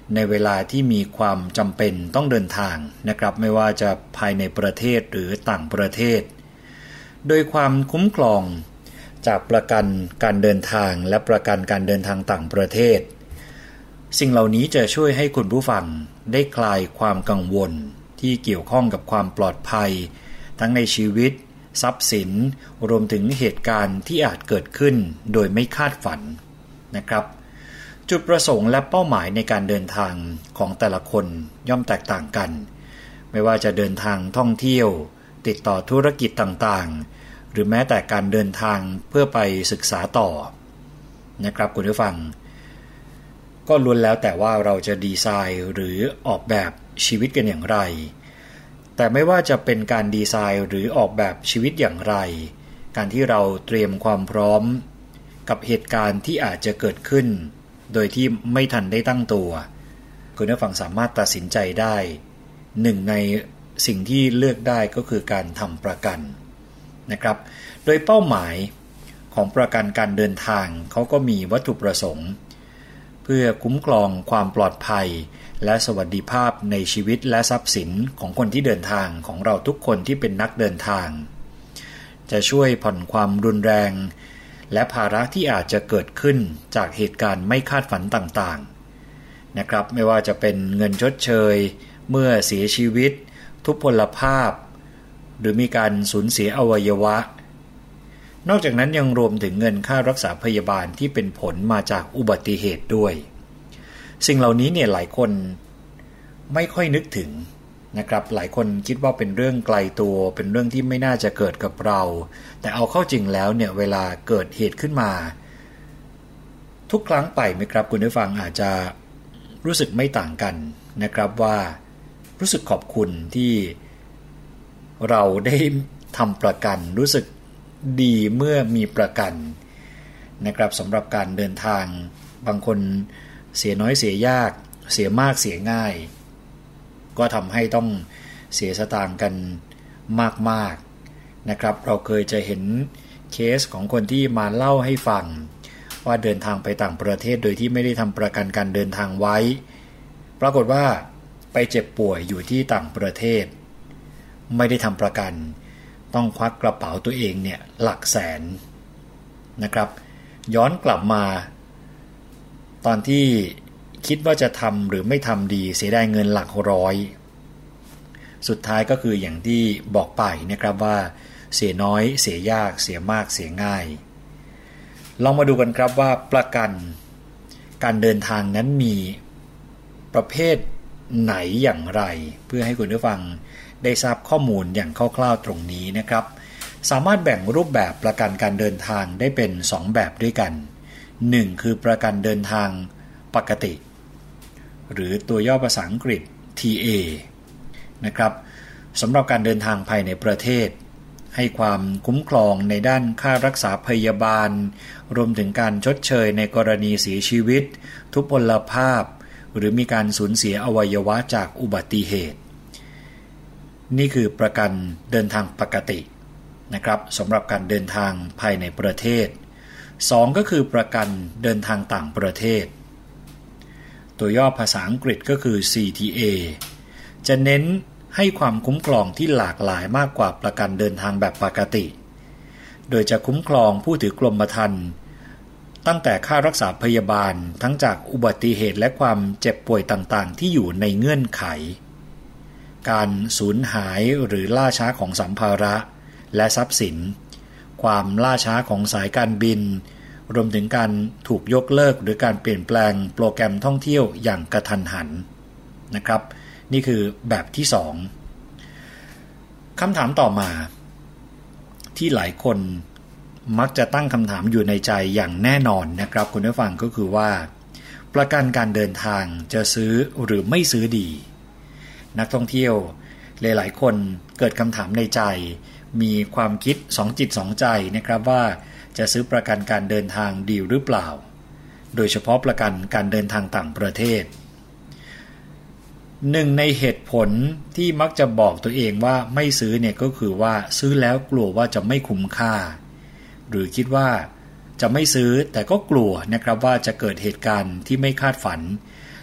ในเวลาที่มีความจำเป็นต้องเดินทางนะครับไม่ว่าจะภายในประเทศหรือต่างประเทศโดยความคุ้มครองจากประกันการเดินทางและประกันการเดินทางต่างประเทศสิ่งเหล่านี้จะช่วยให้คุณผู้ฟังได้คลายความกังวลที่เกี่ยวข้องกับความปลอดภัยทั้งในชีวิตทรัพย์สินรวมถึงเหตุการณ์ที่อาจเกิดขึ้นโดยไม่คาดฝันนะครับจุดประสงค์และเป้าหมายในการเดินทางของแต่ละคนย่อมแตกต่างกันไม่ว่าจะเดินทางท่องเที่ยวติดต่อธุรกิจต่างๆหรือแม้แต่การเดินทางเพื่อไปศึกษาต่อนะครับคุณผู้ฟังก็ล้วนแล้วแต่ว่าเราจะดีไซน์หรือออกแบบชีวิตกันอย่างไรแต่ไม่ว่าจะเป็นการดีไซน์หรือออกแบบชีวิตอย่างไรการที่เราเตรียมความพร้อมกับเหตุการณ์ที่อาจจะเกิดขึ้นโดยที่ไม่ทันได้ตั้งตัวคุณผู้ฟังสามารถตัดสินใจได้หนึ่งในสิ่งที่เลือกได้ก็คือการทำประกันนะครับโดยเป้าหมายของประกันการเดินทางเขาก็มีวัตถุประสงค์เพื่อคุ้มครองความปลอดภัยและสวัสดิภาพในชีวิตและทรัพย์สินของคนที่เดินทางของเราทุกคนที่เป็นนักเดินทางจะช่วยผ่อนความรุนแรงและภาระที่อาจจะเกิดขึ้นจากเหตุการณ์ไม่คาดฝันต่างๆนะครับไม่ว่าจะเป็นเงินชดเชยเมื่อเสียชีวิตทุพพลภาพหรือมีการสูญเสียอวัยวะนอกจากนั้นยังรวมถึงเงินค่ารักษาพยาบาลที่เป็นผลมาจากอุบัติเหตุด้วยสิ่งเหล่านี้เนี่ยหลายคนไม่ค่อยนึกถึงนะครับหลายคนคิดว่าเป็นเรื่องไกลตัวเป็นเรื่องที่ไม่น่าจะเกิดกับเราแต่เอาเข้าจริงแล้วเนี่ยเวลาเกิดเหตุขึ้นมาทุกครั้งไปไหมครับคุณผู้ฟังอาจจะรู้สึกไม่ต่างกันนะครับว่ารู้สึกขอบคุณที่เราได้ทำประกันรู้สึกดีเมื่อมีประกันนะครับสำหรับการเดินทางบางคนเสียน้อยเสียยากเสียมากเสียง่ายก็ทำให้ต้องเสียสตางค์กันมากๆนะครับเราเคยจะเห็นเคสของคนที่มาเล่าให้ฟังว่าเดินทางไปต่างประเทศโดยที่ไม่ได้ทำประกันการเดินทางไว้ปรากฏว่าไปเจ็บป่วยอยู่ที่ต่างประเทศไม่ได้ทำประกันต้องควักกระเป๋าตัวเองเนี่ยหลักแสนนะครับย้อนกลับมาตอนที่คิดว่าจะทำหรือไม่ทำดีเสียดายเงินหลักร้อยสุดท้ายก็คืออย่างที่บอกไปนะครับว่าเสียน้อยเสียยากเสียมากเสียง่ายลองมาดูกันครับว่าประกันการเดินทางนั้นมีประเภทไหนอย่างไรเพื่อให้คุณผู้ฟังได้ทราบข้อมูลอย่างคร่าวๆตรงนี้นะครับสามารถแบ่งรูปแบบประกันการเดินทางได้เป็นสองแบบด้วยกันหนึ่งคือประกันเดินทางปกติหรือตัวย่อภาษาอังกฤษ ที เอ นะครับสำหรับการเดินทางภายในประเทศให้ความคุ้มครองในด้านค่ารักษาพยาบาลรวมถึงการชดเชยในกรณีเสียชีวิตทุพพลภาพหรือมีการสูญเสียอวัยวะจากอุบัติเหตุนี่คือประกันเดินทางปกตินะครับสำหรับการเดินทางภายในประเทศสองก็คือประกันเดินทางต่างประเทศตัวย่อภาษาอังกฤษก็คือ ซี ที เอ จะเน้นให้ความคุ้มครองที่หลากหลายมากกว่าประกันเดินทางแบบปกติโดยจะคุ้มครองผู้ถือกรมธรรม์ตั้งแต่ค่ารักษาพยาบาลทั้งจากอุบัติเหตุและความเจ็บป่วยต่างๆที่อยู่ในเงื่อนไขการสูญหายหรือล่าช้าของสัมภาระและทรัพย์สินความล่าช้าของสายการบินรวมถึงการถูกยกเลิกหรือการเปลี่ยนแปลงโปรแกรมท่องเที่ยวอย่างกระทันหันนะครับนี่คือแบบที่สองคำถามต่อมาที่หลายคนมักจะตั้งคำถามอยู่ในใจอย่างแน่นอนนะครับคุณผู้ฟังก็คือว่าประกันการเดินทางจะซื้อหรือไม่ซื้อดีนักท่องเที่ยวหลายๆคนเกิดคำถามในใจมีความคิดสองจิตสองใจนะครับว่าจะซื้อประกันการเดินทางดีหรือเปล่าโดยเฉพาะประกันการเดินทางต่างประเทศหนึ่งในเหตุผลที่มักจะบอกตัวเองว่าไม่ซื้อเนี่ยก็คือว่าซื้อแล้วกลัวว่าจะไม่คุ้มค่าหรือคิดว่าจะไม่ซื้อแต่ก็กลัวนะครับว่าจะเกิดเหตุการณ์ที่ไม่คาดฝัน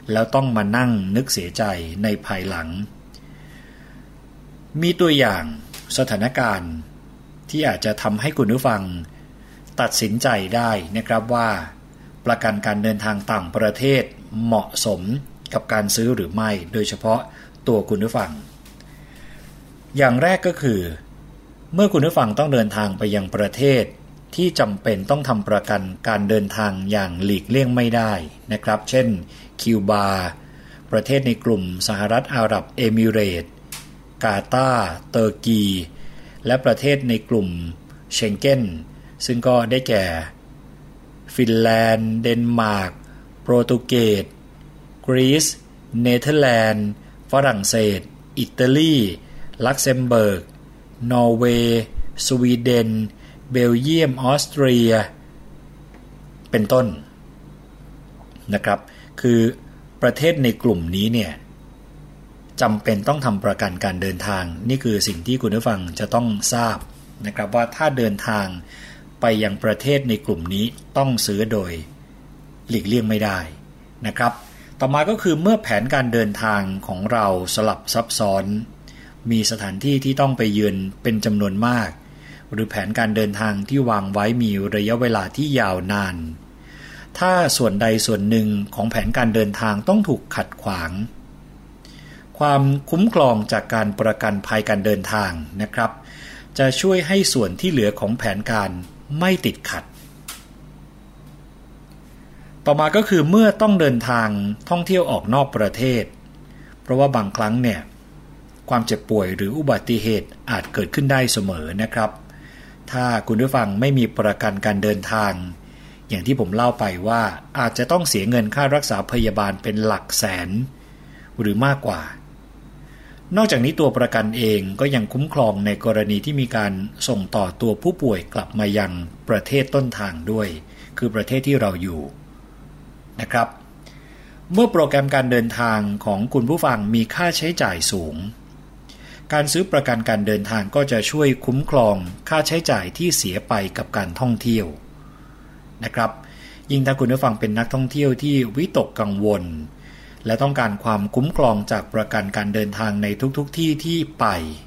แล้วต้องมานั่งนึกเสียใจในภายหลังมีตัวอย่างสถานการณ์ที่อาจจะทำให้คุณผู้ฟังตัดสินใจได้นะครับว่าประกันการเดินทางต่างประเทศเหมาะสมกับการซื้อหรือไม่โดยเฉพาะตัวคุณผู้ฟังอย่างแรกก็คือเมื่อคุณผู้ฟังต้องเดินทางไปยังประเทศที่จำเป็นต้องทำประกันการเดินทางอย่างหลีกเลี่ยงไม่ได้นะครับเช่นคิวบาประเทศในกลุ่มสหรัฐอาหรับเอมิเรตส์กาตาร์เตอร์กีและประเทศในกลุ่มเชงเก้นซึ่งก็ได้แก่ฟินแลนด์เดนมาร์กโปรตุเกสกรีซเนเธอร์แลนด์ฝรั่งเศสอิตาลีลักเซมเบิร์กนอร์เวย์สวีเดนเบลเยียมออสเตรียเป็นต้นนะครับคือประเทศในกลุ่มนี้เนี่ยจำเป็นต้องทำประกันการเดินทางนี่คือสิ่งที่คุณผู้ฟังจะต้องทราบนะครับว่าถ้าเดินทางไปยังประเทศในกลุ่มนี้ต้องซื้อโดยหลีกเลี่ยงไม่ได้นะครับต่อมาก็คือเมื่อแผนการเดินทางของเราสลับซับซ้อนมีสถานที่ที่ต้องไปเยือนเป็นจำนวนมากหรือแผนการเดินทางที่วางไว้มีระยะเวลาที่ยาวนานถ้าส่วนใดส่วนหนึ่งของแผนการเดินทางต้องถูกขัดขวางความคุ้มครองจากการประกันภัยการเดินทางนะครับจะช่วยให้ส่วนที่เหลือของแผนการไม่ติดขัดต่อมาก็คือเมื่อต้องเดินทางท่องเที่ยวออกนอกประเทศเพราะว่าบางครั้งเนี่ยความเจ็บป่วยหรืออุบัติเหตุอาจเกิดขึ้นได้เสมอนะครับถ้าคุณผู้ฟังไม่มีประกันการเดินทางอย่างที่ผมเล่าไปว่าอาจจะต้องเสียเงินค่ารักษาพยาบาลเป็นหลักแสนหรือมากกว่านอกจากนี้ตัวประกันเองก็ยังคุ้มครองในกรณีที่มีการส่งต่อตัวผู้ป่วยกลับมายังประเทศต้นทางด้วยคือประเทศที่เราอยู่นะครับเมื่อโปรแกรมการเดินทางของคุณผู้ฟังมีค่าใช้จ่ายสูงการซื้อประกันการเดินทางก็จะช่วยคุ้มครองค่าใช้จ่ายที่เสียไปกับการท่องเที่ยวนะครับยิ่งถ้าคุณผู้ฟังเป็นนักท่องเที่ยวที่วิตกกังวลและต้องการความคุ้มครองจากประกันการเดินทางในทุกๆที่ที่ไป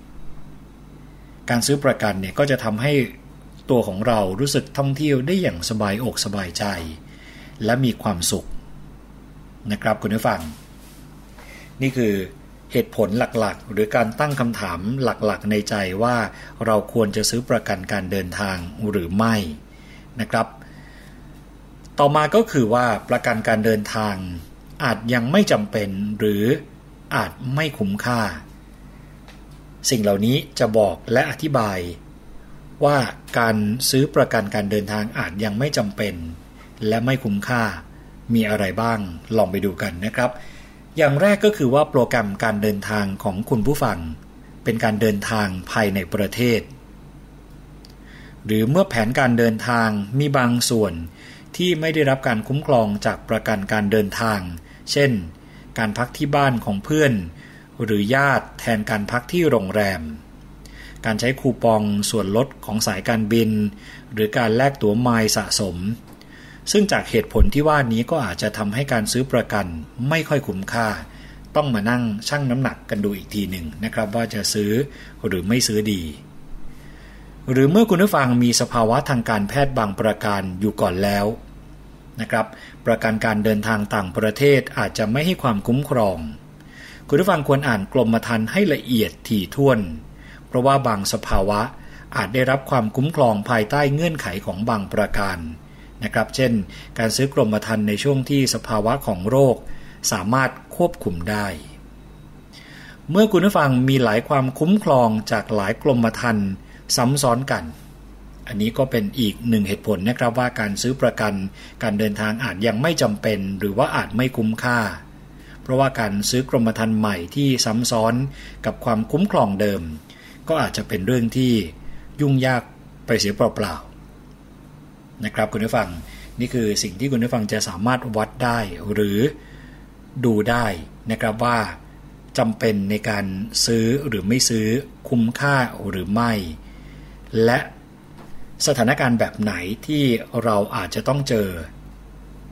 การซื้อประกันเนี่ยก็จะทำให้ตัวของเรารู้สึกท่องเที่ยวได้อย่างสบายอกสบายใจและมีความสุขนะครับคุณผู้ฟังนี่คือเหตุผลหลักๆหรือการตั้งคำถามหลักๆในใจว่าเราควรจะซื้อประกันการเดินทางหรือไม่นะครับต่อมาก็คือว่าประกันการเดินทางอาจยังไม่จำเป็นหรืออาจไม่คุ้มค่าสิ่งเหล่านี้จะบอกและอธิบายว่าการซื้อประกันการเดินทางอาจยังไม่จำเป็นและไม่คุ้มค่ามีอะไรบ้างลองไปดูกันนะครับอย่างแรกก็คือว่าโปรแกรมการเดินทางของคุณผู้ฟังเป็นการเดินทางภายในประเทศหรือเมื่อแผนการเดินทางมีบางส่วนที่ไม่ได้รับการคุ้มครองจากประกันการเดินทางเช่นการพักที่บ้านของเพื่อนหรือญาติแทนการพักที่โรงแรมการใช้คูปองส่วนลดของสายการบินหรือการแลกตั๋วไมล์สะสมซึ่งจากเหตุผลที่ว่านี้ก็อาจจะทำให้การซื้อประกันไม่ค่อยคุ้มค่าต้องมานั่งชั่งน้ำหนักกันดูอีกทีหนึ่งนะครับว่าจะซื้อหรือไม่ซื้อดีหรือเมื่อคุณผู้ฟังมีสภาวะทางการแพทย์บางประการอยู่ก่อนแล้วนะครับประกันการเดินทางต่างประเทศอาจจะไม่ให้ความคุ้มครองคุณผู้ฟังควรอ่านกรมธรรม์ให้ละเอียดถี่ถ้วนเพราะว่าบางสภาวะอาจได้รับความคุ้มครองภายใต้เงื่อนไขของบางประการนะครับเช่นการซื้อกรมธรรม์ในช่วงที่สภาวะของโรคสามารถควบคุมได้เมื่อคุณผู้ฟังมีหลายความคุ้มครองจากหลายกรมธรรม์ซ้ำซ้อนกันอันนี้ก็เป็นอีกหนึ่งเหตุผลนะครับว่าการซื้อประกันการเดินทางอาจยังไม่จำเป็นหรือว่าอาจไม่คุ้มค่าเพราะว่าการซื้อกรมธรรม์ใหม่ที่ซ้ำซ้อนกับความคุ้มครองเดิมก็อาจจะเป็นเรื่องที่ยุ่งยากไปเสียเปล่าๆนะครับคุณผู้ฟังนี่คือสิ่งที่คุณผู้ฟังจะสามารถวัดได้หรือดูได้นะครับว่าจำเป็นในการซื้อหรือไม่ซื้อคุ้มค่าหรือไม่และสถานการณ์แบบไหนที่เราอาจจะต้องเจอ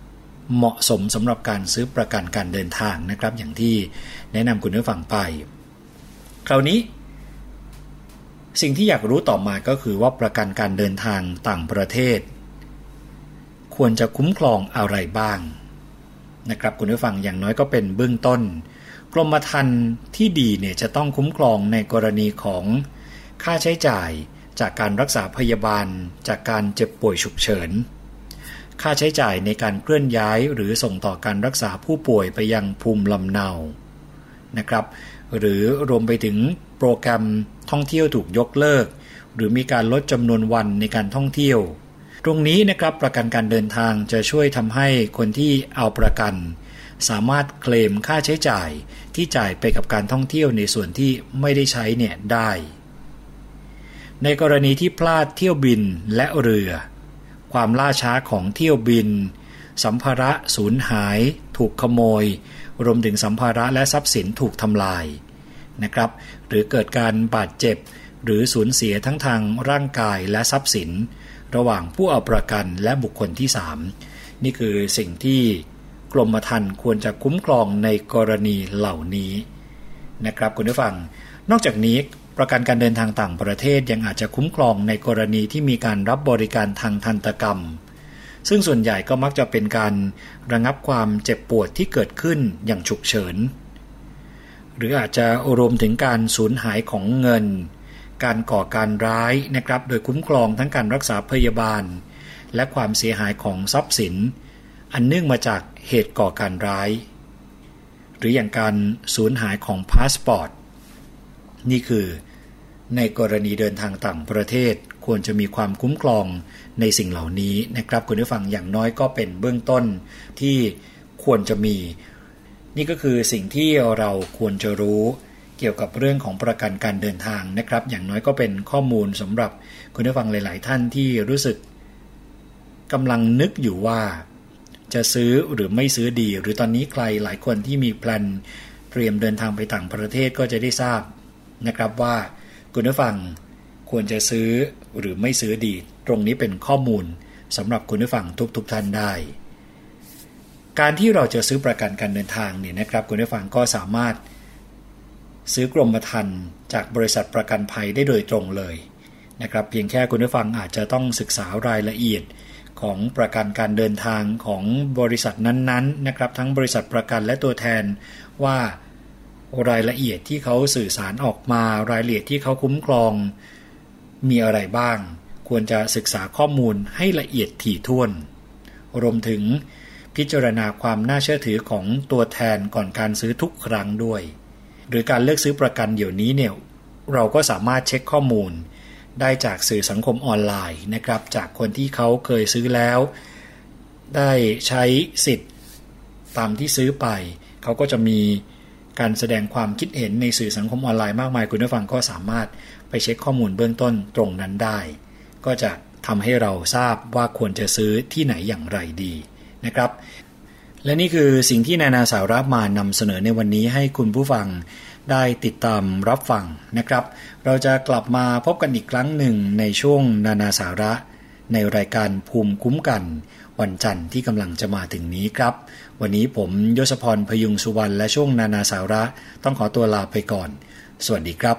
เหมาะสมสำหรับการซื้อประกันการเดินทางนะครับอย่างที่แนะนำคุณผู้ฟังไปคราวนี้สิ่งที่อยากรู้ต่อมาก็คือว่าประกันการเดินทางต่างประเทศควรจะคุ้มครองอะไรบ้างนะครับคุณผู้ฟังอย่างน้อยก็เป็นเบื้องต้นกรมธรรม์ที่ดีเนี่ยจะต้องคุ้มครองในกรณีของค่าใช้จ่ายจากการรักษาพยาบาลจากการเจ็บป่วยฉุกเฉินค่าใช้จ่ายในการเคลื่อนย้ายหรือส่งต่อการรักษาผู้ป่วยไปยังภูมิลำเนานะครับหรือรวมไปถึงโปรแกรมท่องเที่ยวถูกยกเลิกหรือมีการลดจำนวนวันในการท่องเที่ยวตรงนี้นะครับประกันการเดินทางจะช่วยทำให้คนที่เอาประกันสามารถเคลมค่าใช้จ่ายที่จ่ายไปกับการท่องเที่ยวในส่วนที่ไม่ได้ใช้เนี่ยได้ในกรณีที่พลาดเที่ยวบินและเรือความล่าช้าของเที่ยวบินสัมภาระสูญหายถูกขโมยรวมถึงสัมภาระและทรัพย์สินถูกทำลายนะครับหรือเกิดการบาดเจ็บหรือสูญเสียทั้งทางร่างกายและทรัพย์สินระหว่างผู้เอาประกันและบุคคลที่สามนี่คือสิ่งที่กรมธรรม์ควรจะคุ้มครองในกรณีเหล่านี้นะครับคุณผู้ฟังนอกจากนี้ประกันการเดินทางต่างประเทศยังอาจจะคุ้มครองในกรณีที่มีการรับบริการทางทันตกรรมซึ่งส่วนใหญ่ก็มักจะเป็นการระงับความเจ็บปวดที่เกิดขึ้นอย่างฉุกเฉินหรืออาจจะรวมถึงการสูญหายของเงินการก่อการร้ายนะครับโดยคุ้มครองทั้งการรักษาพยาบาลและความเสียหายของทรัพย์สินอันเนื่องมาจากเหตุก่อการร้ายหรืออย่างการสูญหายของพาสปอร์ตนี่คือในกรณีเดินทางต่างประเทศควรจะมีความคุ้มครองในสิ่งเหล่านี้นะครับคุณผู้ฟังอย่างน้อยก็เป็นเบื้องต้นที่ควรจะมีนี่ก็คือสิ่งที่เราควรจะรู้เกี่ยวกับเรื่องของประกันการเดินทางนะครับอย่างน้อยก็เป็นข้อมูลสำหรับคุณผู้ฟังหลายๆท่านที่รู้สึกกำลังนึกอยู่ว่าจะซื้อหรือไม่ซื้อดีหรือตอนนี้ใครหลายคนที่มีแพลนเตรียมเดินทางไปต่างประเทศก็จะได้ทราบนะครับว่าคุณผู้ฟังควรจะซื้อหรือไม่ซื้อดีตรงนี้เป็นข้อมูลสำหรับคุณผู้ฟังทุกๆท่านได้การที่เราจะซื้อประกันการเดินทางเนี่ยนะครับคุณผู้ฟังก็สามารถซื้อกรมธรรม์จากบริษัทประกันภัยได้โดยตรงเลยนะครับเพียงแค่คุณผู้ฟังอาจจะต้องศึกษารายละเอียดของประกันการเดินทางของบริษัทนั้นๆนะครับทั้งบริษัทประกันและตัวแทนว่ารายละเอียดที่เขาสื่อสารออกมารายละเอียดที่เขาคุ้มครองมีอะไรบ้างควรจะศึกษาข้อมูลให้ละเอียดถี่ถ้วนรวมถึงพิจารณาความน่าเชื่อถือของตัวแทนก่อนการซื้อทุกครั้งด้วยหรือการเลือกซื้อประกันเดี๋ยวนี้เนี่ยเราก็สามารถเช็คข้อมูลได้จากสื่อสังคมออนไลน์นะครับจากคนที่เขาเคยซื้อแล้วได้ใช้สิทธิ์ตามที่ซื้อไปเขาก็จะมีการแสดงความคิดเห็นในสื่อสังคมออนไลน์มากมายคุณผู้ฟังก็สามารถไปเช็คข้อมูลเบื้องต้นตรงนั้นได้ก็จะทำให้เราทราบว่าควรจะซื้อที่ไหนอย่างไรดีนะครับและนี่คือสิ่งที่นานาสาระมานำเสนอในวันนี้ให้คุณผู้ฟังได้ติดตามรับฟังนะครับเราจะกลับมาพบกันอีกครั้งหนึ่งในช่วงนานาสาระในรายการภูมิคุ้มกันวันจันทร์ที่กำลังจะมาถึงนี้ครับวันนี้ผมยศพรพยุงสุวรรณและช่วงนานาสาระต้องขอตัวลาไปก่อนสวัสดีครับ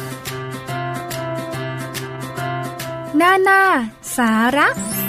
นานาสาระ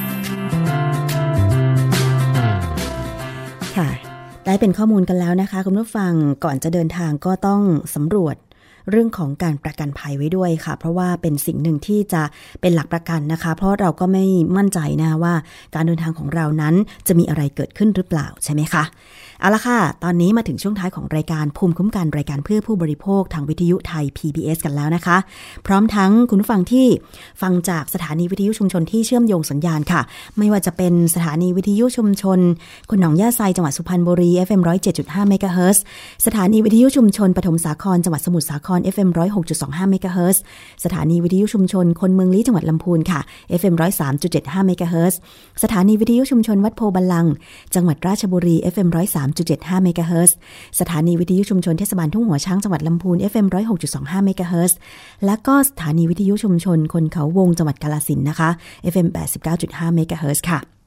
ค่ะได้เป็นข้อมูลกันแล้วนะคะคุณผู้ฟังก่อนจะเดินทางก็ต้องสำรวจเรื่องของการประกันภัยไว้ด้วยค่ะเพราะว่าเป็นสิ่งหนึ่งที่จะเป็นหลักประกันนะคะเพราะเราก็ไม่มั่นใจนะว่าการเดินทางของเรานั้นจะมีอะไรเกิดขึ้นหรือเปล่าใช่ไหมคะเอาละค่ะตอนนี้มาถึงช่วงท้ายของรายการภูมิคุ้มกันรายการเพื่อผู้บริโภคทางวิทยุไทย พี บี เอส กันแล้วนะคะพร้อมทั้งคุณผู้ฟังที่ฟังจากสถานีวิทยุชุมชนที่เชื่อมโยงสัญญาณค่ะไม่ว่าจะเป็นสถานีวิทยุชุมชนคนหนองย่าไซจังหวัดสุพรรณบุรี เอฟ เอ็ม หนึ่งร้อยเจ็ดจุดห้า เมกะเฮิรตซ์ สถานีวิทยุชุมชนปฐมสาครจังหวัดสมุทรสาคร เอฟ เอ็ม หนึ่งร้อยหกจุดสองห้า เมกะเฮิรตซ์ สถานีวิทยุชุมชนคนเมืองลี้จังหวัดลำพูนค่ะ เอฟ เอ็ม หนึ่งร้อยสามจุดเจ็ดห้า เมกะเฮิรตซ์ สถานีวิทยุชุมชนวัดโพบัลลังก์จังหวัดราชบุรี เอฟ เอ็ม หนึ่งร้อยสามจุดเจ็ดห้า เมกะเฮิรตซ์ สถานีวิทยุชุมชนเทศบาลทุ่งหัวช้างจังหวัดลำพูน เอฟ เอ็ม หนึ่งร้อยหกจุดสองห้า เมกะเฮิรตซ์ และก็สถานีวิทยุชุมชนคนเขาวงจังหวัดกาฬสินธุ์นะคะ เอฟ เอ็ม แปดสิบเก้าจุดห้า เมกะเฮิรตซ์ค่ะ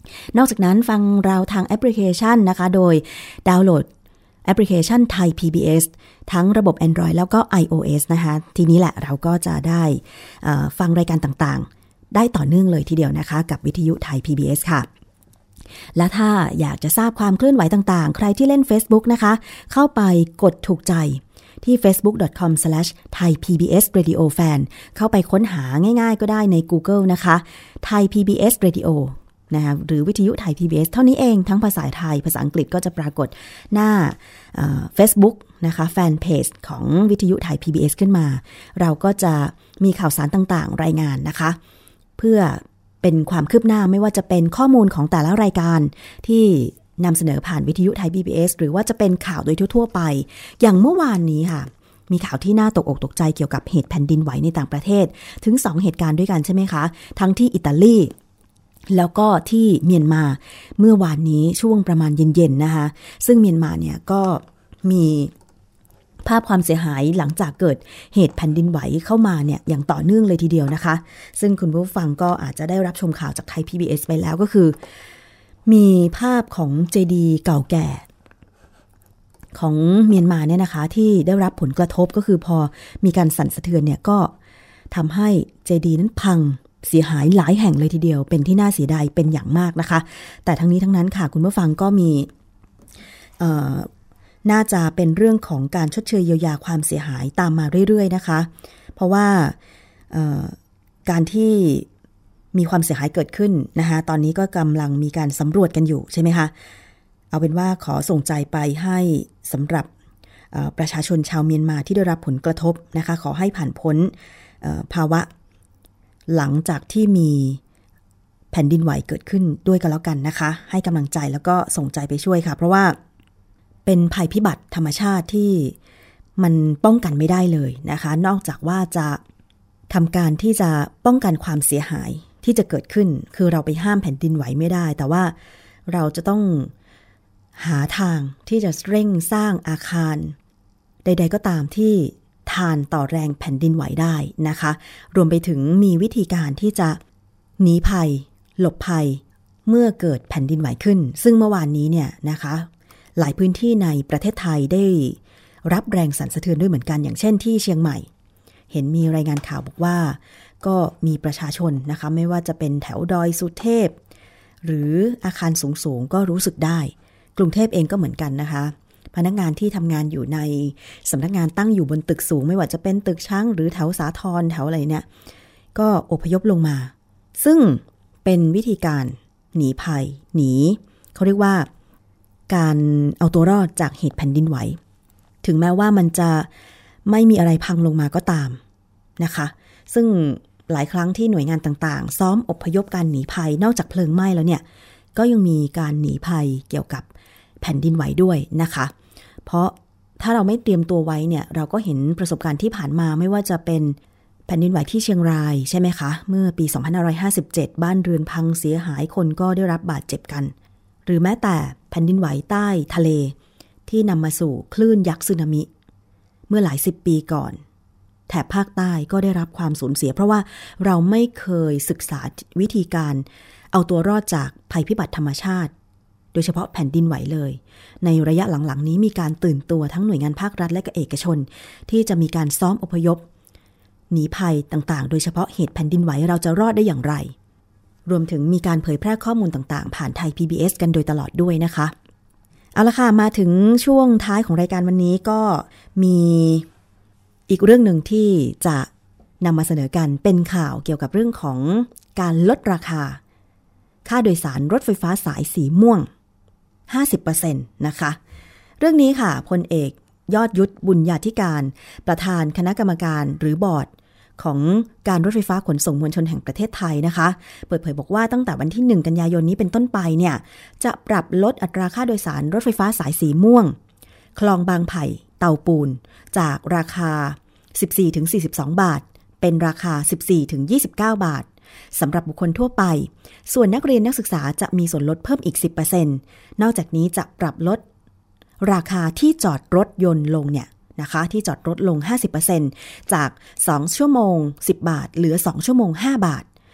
นอกจากนั้นฟังเราทางแอปพลิเคชันนะคะโดยดาวน์โหลดแอปพลิเคชันไทย พี บี เอส ทั้งระบบ Android แล้วก็ iOS นะคะทีนี้แหละเราก็จะได้ฟังรายการต่างๆได้ต่อเนื่องเลยทีเดียวนะคะกับวิทยุไทย พี บี เอส ค่ะและถ้าอยากจะทราบความเคลื่อนไหวต่างๆใครที่เล่น Facebook นะคะเข้าไปกดถูกใจที่ เฟซบุ๊ก ดอท คอม สแลช ไทย พี บี เอส เรดิโอ แฟน เข้าไปค้นหาง่ายๆก็ได้ใน Google นะคะ Thai พี บี เอส Radio นะคะหรือวิทยุไทย พี บี เอส เท่านี้เองทั้งภาษาไทยภาษาอังกฤษก็จะปรากฏหน้าเอ่อ Facebook นะคะแฟนเพจของวิทยุไทย พี บี เอส ขึ้นมาเราก็จะมีข่าวสารต่างๆรายงานนะคะเพื่อเป็นความคืบหน้าไม่ว่าจะเป็นข้อมูลของแต่ละรายการที่นำเสนอผ่านวิทยุไทย พี บี เอส หรือว่าจะเป็นข่าวโดยทั่วๆไปอย่างเมื่อวานนี้ค่ะมีข่าวที่น่าตกอกตกใจเกี่ยวกับเหตุแผ่นดินไหวในต่างประเทศถึงสองเหตุการณ์ด้วยกันใช่ไหมคะทั้งที่อิตาลีแล้วก็ที่เมียนมาเมื่อวานนี้ช่วงประมาณเย็นๆนะคะซึ่งเมียนมาเนี่ยก็มีภาพความเสียหายหลังจากเกิดเหตุแผ่นดินไหวเข้ามาเนี่ยอย่างต่อเนื่องเลยทีเดียวนะคะซึ่งคุณผู้ฟังก็อาจจะได้รับชมข่าวจากไทย พี บี เอส ไปแล้วก็คือมีภาพของเจดีย์เก่าแก่ของเมียนมาเนี่ยนะคะที่ได้รับผลกระทบก็คือพอมีการสั่นสะเทือนเนี่ยก็ทำให้เจดีย์นั้นพังเสียหายหลายแห่งเลยทีเดียวเป็นที่น่าเสียดายเป็นอย่างมากนะคะแต่ทั้งนี้ทั้งนั้นค่ะคุณผู้ฟังก็มีเอ่อน่าจะเป็นเรื่องของการชดเชยเยียวยาความเสียหายตามมาเรื่อยๆนะคะเพราะว่าการที่มีความเสียหายเกิดขึ้นนะคะตอนนี้ก็กำลังมีการสำรวจกันอยู่ใช่ไหมคะเอาเป็นว่าขอส่งใจไปให้สำหรับประชาชนชาวเมียนมาที่ได้รับผลกระทบนะคะขอให้ผ่านพ้นภาวะหลังจากที่มีแผ่นดินไหวเกิดขึ้นด้วยกันแล้วกันนะคะให้กำลังใจแล้วก็ส่งใจไปช่วยค่ะเพราะว่าเป็นภัยพิบัติธรรมชาติที่มันป้องกันไม่ได้เลยนะคะนอกจากว่าจะทำการที่จะป้องกันความเสียหายที่จะเกิดขึ้นคือเราไปห้ามแผ่นดินไหวไม่ได้แต่ว่าเราจะต้องหาทางที่จะเร่งสร้างอาคารใดๆก็ตามที่ทานต่อแรงแผ่นดินไหวได้นะคะรวมไปถึงมีวิธีการที่จะหนีภัยหลบภัยเมื่อเกิดแผ่นดินไหวขึ้นซึ่งเมื่อวานนี้เนี่ยนะคะหลายพื้นที่ในประเทศไทยได้รับแรงสั่นสะเทือนด้วยเหมือนกันอย่างเช่นที่เชียงใหม่เห็นมีรายงานข่าวบอกว่าก็มีประชาชนนะคะไม่ว่าจะเป็นแถวดอยสุเทพหรืออาคารสูงๆก็รู้สึกได้กรุงเทพเองก็เหมือนกันนะคะพนักงานที่ทำงานอยู่ในสำนักงานตั้งอยู่บนตึกสูงไม่ว่าจะเป็นตึกช้างหรือแถวสาทรแถวอะไรเนี่ยก็อพยพลงมาซึ่งเป็นวิธีการหนีภัยหนีเขาเรียกว่าการเอาตัวรอดจากเหตุแผ่นดินไหวถึงแม้ว่ามันจะไม่มีอะไรพังลงมาก็ตามนะคะซึ่งหลายครั้งที่หน่วยงานต่างๆซ้อมอพยพการหนีภัยนอกจากเพลิงไหม้แล้วเนี่ยก็ยังมีการหนีภัยเกี่ยวกับแผ่นดินไหวด้วยนะคะเพราะถ้าเราไม่เตรียมตัวไว้เนี่ยเราก็เห็นประสบการณ์ที่ผ่านมาไม่ว่าจะเป็นแผ่นดินไหวที่เชียงรายใช่ไหมคะเมื่อปีสองพันห้าร้อยห้าสิบเจ็ดบ้านเรือนพังเสียหายคนก็ได้รับบาดเจ็บกันหรือแม้แต่แผ่นดินไหวใต้ทะเลที่นำมาสู่คลื่นยักษ์สึนามิเมื่อหลายสิบปีก่อนแถบภาคใต้ก็ได้รับความสูญเสียเพราะว่าเราไม่เคยศึกษาวิธีการเอาตัวรอดจากภัยพิบัติธรรมชาติโดยเฉพาะแผ่นดินไหวเลยในระยะหลังๆนี้มีการตื่นตัวทั้งหน่วยงานภาครัฐและก็เอกชนที่จะมีการซ้อมอพยพหนีภัยต่างๆโดยเฉพาะเหตุแผ่นดินไหวเราจะรอดได้อย่างไรรวมถึงมีการเผยแพร่ข้อมูลต่างๆผ่านไทย พี บี เอส กันโดยตลอดด้วยนะคะเอาละค่ะมาถึงช่วงท้ายของรายการวันนี้ก็มีอีกเรื่องหนึ่งที่จะนำมาเสนอกันเป็นข่าวเกี่ยวกับเรื่องของการลดราคาค่าโดยสารรถไฟฟ้าสายสีม่วง ห้าสิบเปอร์เซ็นต์ นะคะเรื่องนี้ค่ะพลเอกยอดยุทธบุญญาธิการประธานคณะกรรมการหรือบอร์ดของการรถไฟฟ้าขนส่งมวลชนแห่งประเทศไทยนะคะเปิดเผยบอกว่าตั้งแต่วันที่หนึ่งกันยายนนี้เป็นต้นไปเนี่ยจะปรับลดอัตราค่าโดยสารรถไฟฟ้าสายสีม่วงคลองบางไผ่เตาปูนจากราคา สิบสี่ถึงสี่สิบสอง บาทเป็นราคา สิบสี่ถึงยี่สิบเก้า บาทสำหรับบุคคลทั่วไปส่วนนักเรียนนักศึกษาจะมีส่วนลดเพิ่มอีก สิบเปอร์เซ็นต์ นอกจากนี้จะปรับลดราคาที่จอดรถยนต์ลงเนี่ยนะคะที่จอดรถลง ห้าสิบเปอร์เซ็นต์ จากสองชั่วโมงสิบบาทเหลือสองชั่วโมงห้าบาท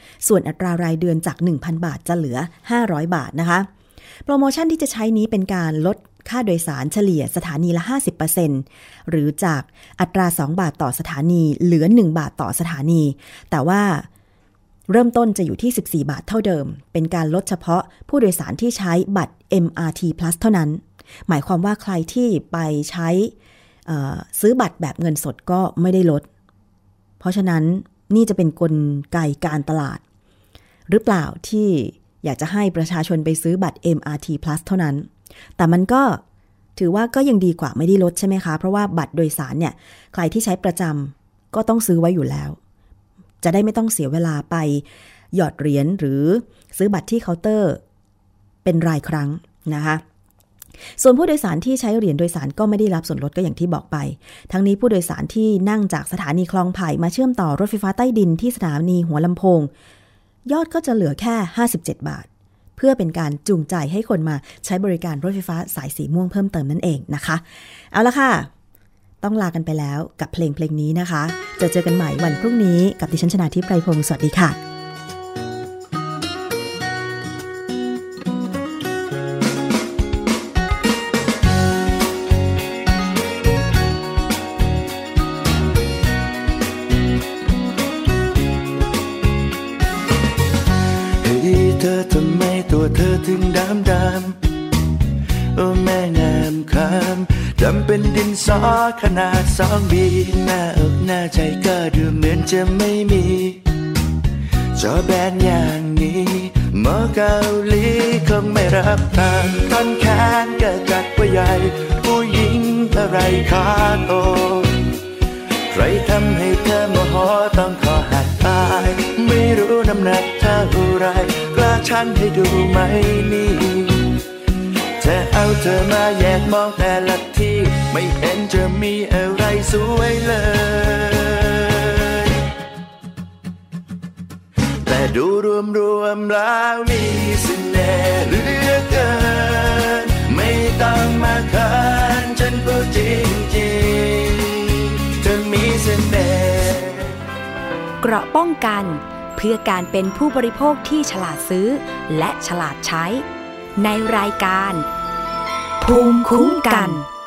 ส่วนอัตรารายเดือนจาก หนึ่งพัน บาทจะเหลือห้าร้อยบาทนะคะโปรโมชั่นที่จะใช้นี้เป็นการลดค่าโดยสารเฉลี่ยสถานีละ ห้าสิบเปอร์เซ็นต์ หรือจากอัตราสองบาทต่อสถานีเหลือหนึ่งบาทต่อสถานีแต่ว่าเริ่มต้นจะอยู่ที่สิบสี่บาทเท่าเดิมเป็นการลดเฉพาะผู้โดยสารที่ใช้บัตร เอ็ม อาร์ ที Plus เท่านั้นหมายความว่าใครที่ไปใช้ซื้อบัตรแบบเงินสดก็ไม่ได้ลดเพราะฉะนั้นนี่จะเป็นกลไกการตลาดหรือเปล่าที่อยากจะให้ประชาชนไปซื้อบัตร เอ็ม อาร์ ที Plus เท่านั้นแต่มันก็ถือว่าก็ยังดีกว่าไม่ได้ลดใช่ไหมคะเพราะว่าบัตรโดยสารเนี่ยใครที่ใช้ประจำก็ต้องซื้อไว้อยู่แล้วจะได้ไม่ต้องเสียเวลาไปหยอดเหรียญหรือซื้อบัตรที่เคาน์เตอร์เป็นรายครั้งนะคะส่วนผู้โดยสารที่ใช้เหรียญโดยสารก็ไม่ได้รับส่วนลดก็อย่างที่บอกไปทั้งนี้ผู้โดยสารที่นั่งจากสถานีคลองไผ่มาเชื่อมต่อรถไฟฟ้าใต้ดินที่สถานีหัวลำโพงยอดก็จะเหลือแค่ห้าสิบเจ็ดบาทเพื่อเป็นการจูงใจให้คนมาใช้บริการรถไฟฟ้าสายสีม่วงเพิ่มเติมนั่นเองนะคะเอาละค่ะต้องลากันไปแล้วกับเพลงเพลงนี้นะคะจะเจอกันใหม่วันพรุ่งนี้กับดิฉันชนาธิป ไพรพงศ์สวัสดีค่ะเธอทำไมตัวเธอถึงดำดำโอ้แม่งามคำดำเป็นดินสอขนาดสองบีหน้าอกหน้าใจก็ดูเหมือนจะไม่มีจอแบนอย่างนี้หมอเกาหลีคงไม่รับทางต้นแขนก็กัดว่าใหญ่ผู้หญิงอะไรขาโตใครทำให้เธอโมโหต้องขอหักตายไม่รู้น้ำหนักเท่าไรกล้าชั่งให้ดูไหมนี่จะเอาเธอมาแยกมองแต่ละที่ไม่เห็นจะมีอะไรสวยเลยแต่ดูรวมๆแล้วมีเสน่ห์เหลือเกินไม่ต้องมาเขินฉันพูดจริงๆเธอมีเสน่ห์เกราะป้องกันเพื่อการเป็นผู้บริโภคที่ฉลาดซื้อและฉลาดใช้ในรายการภูมิคุ้มกัน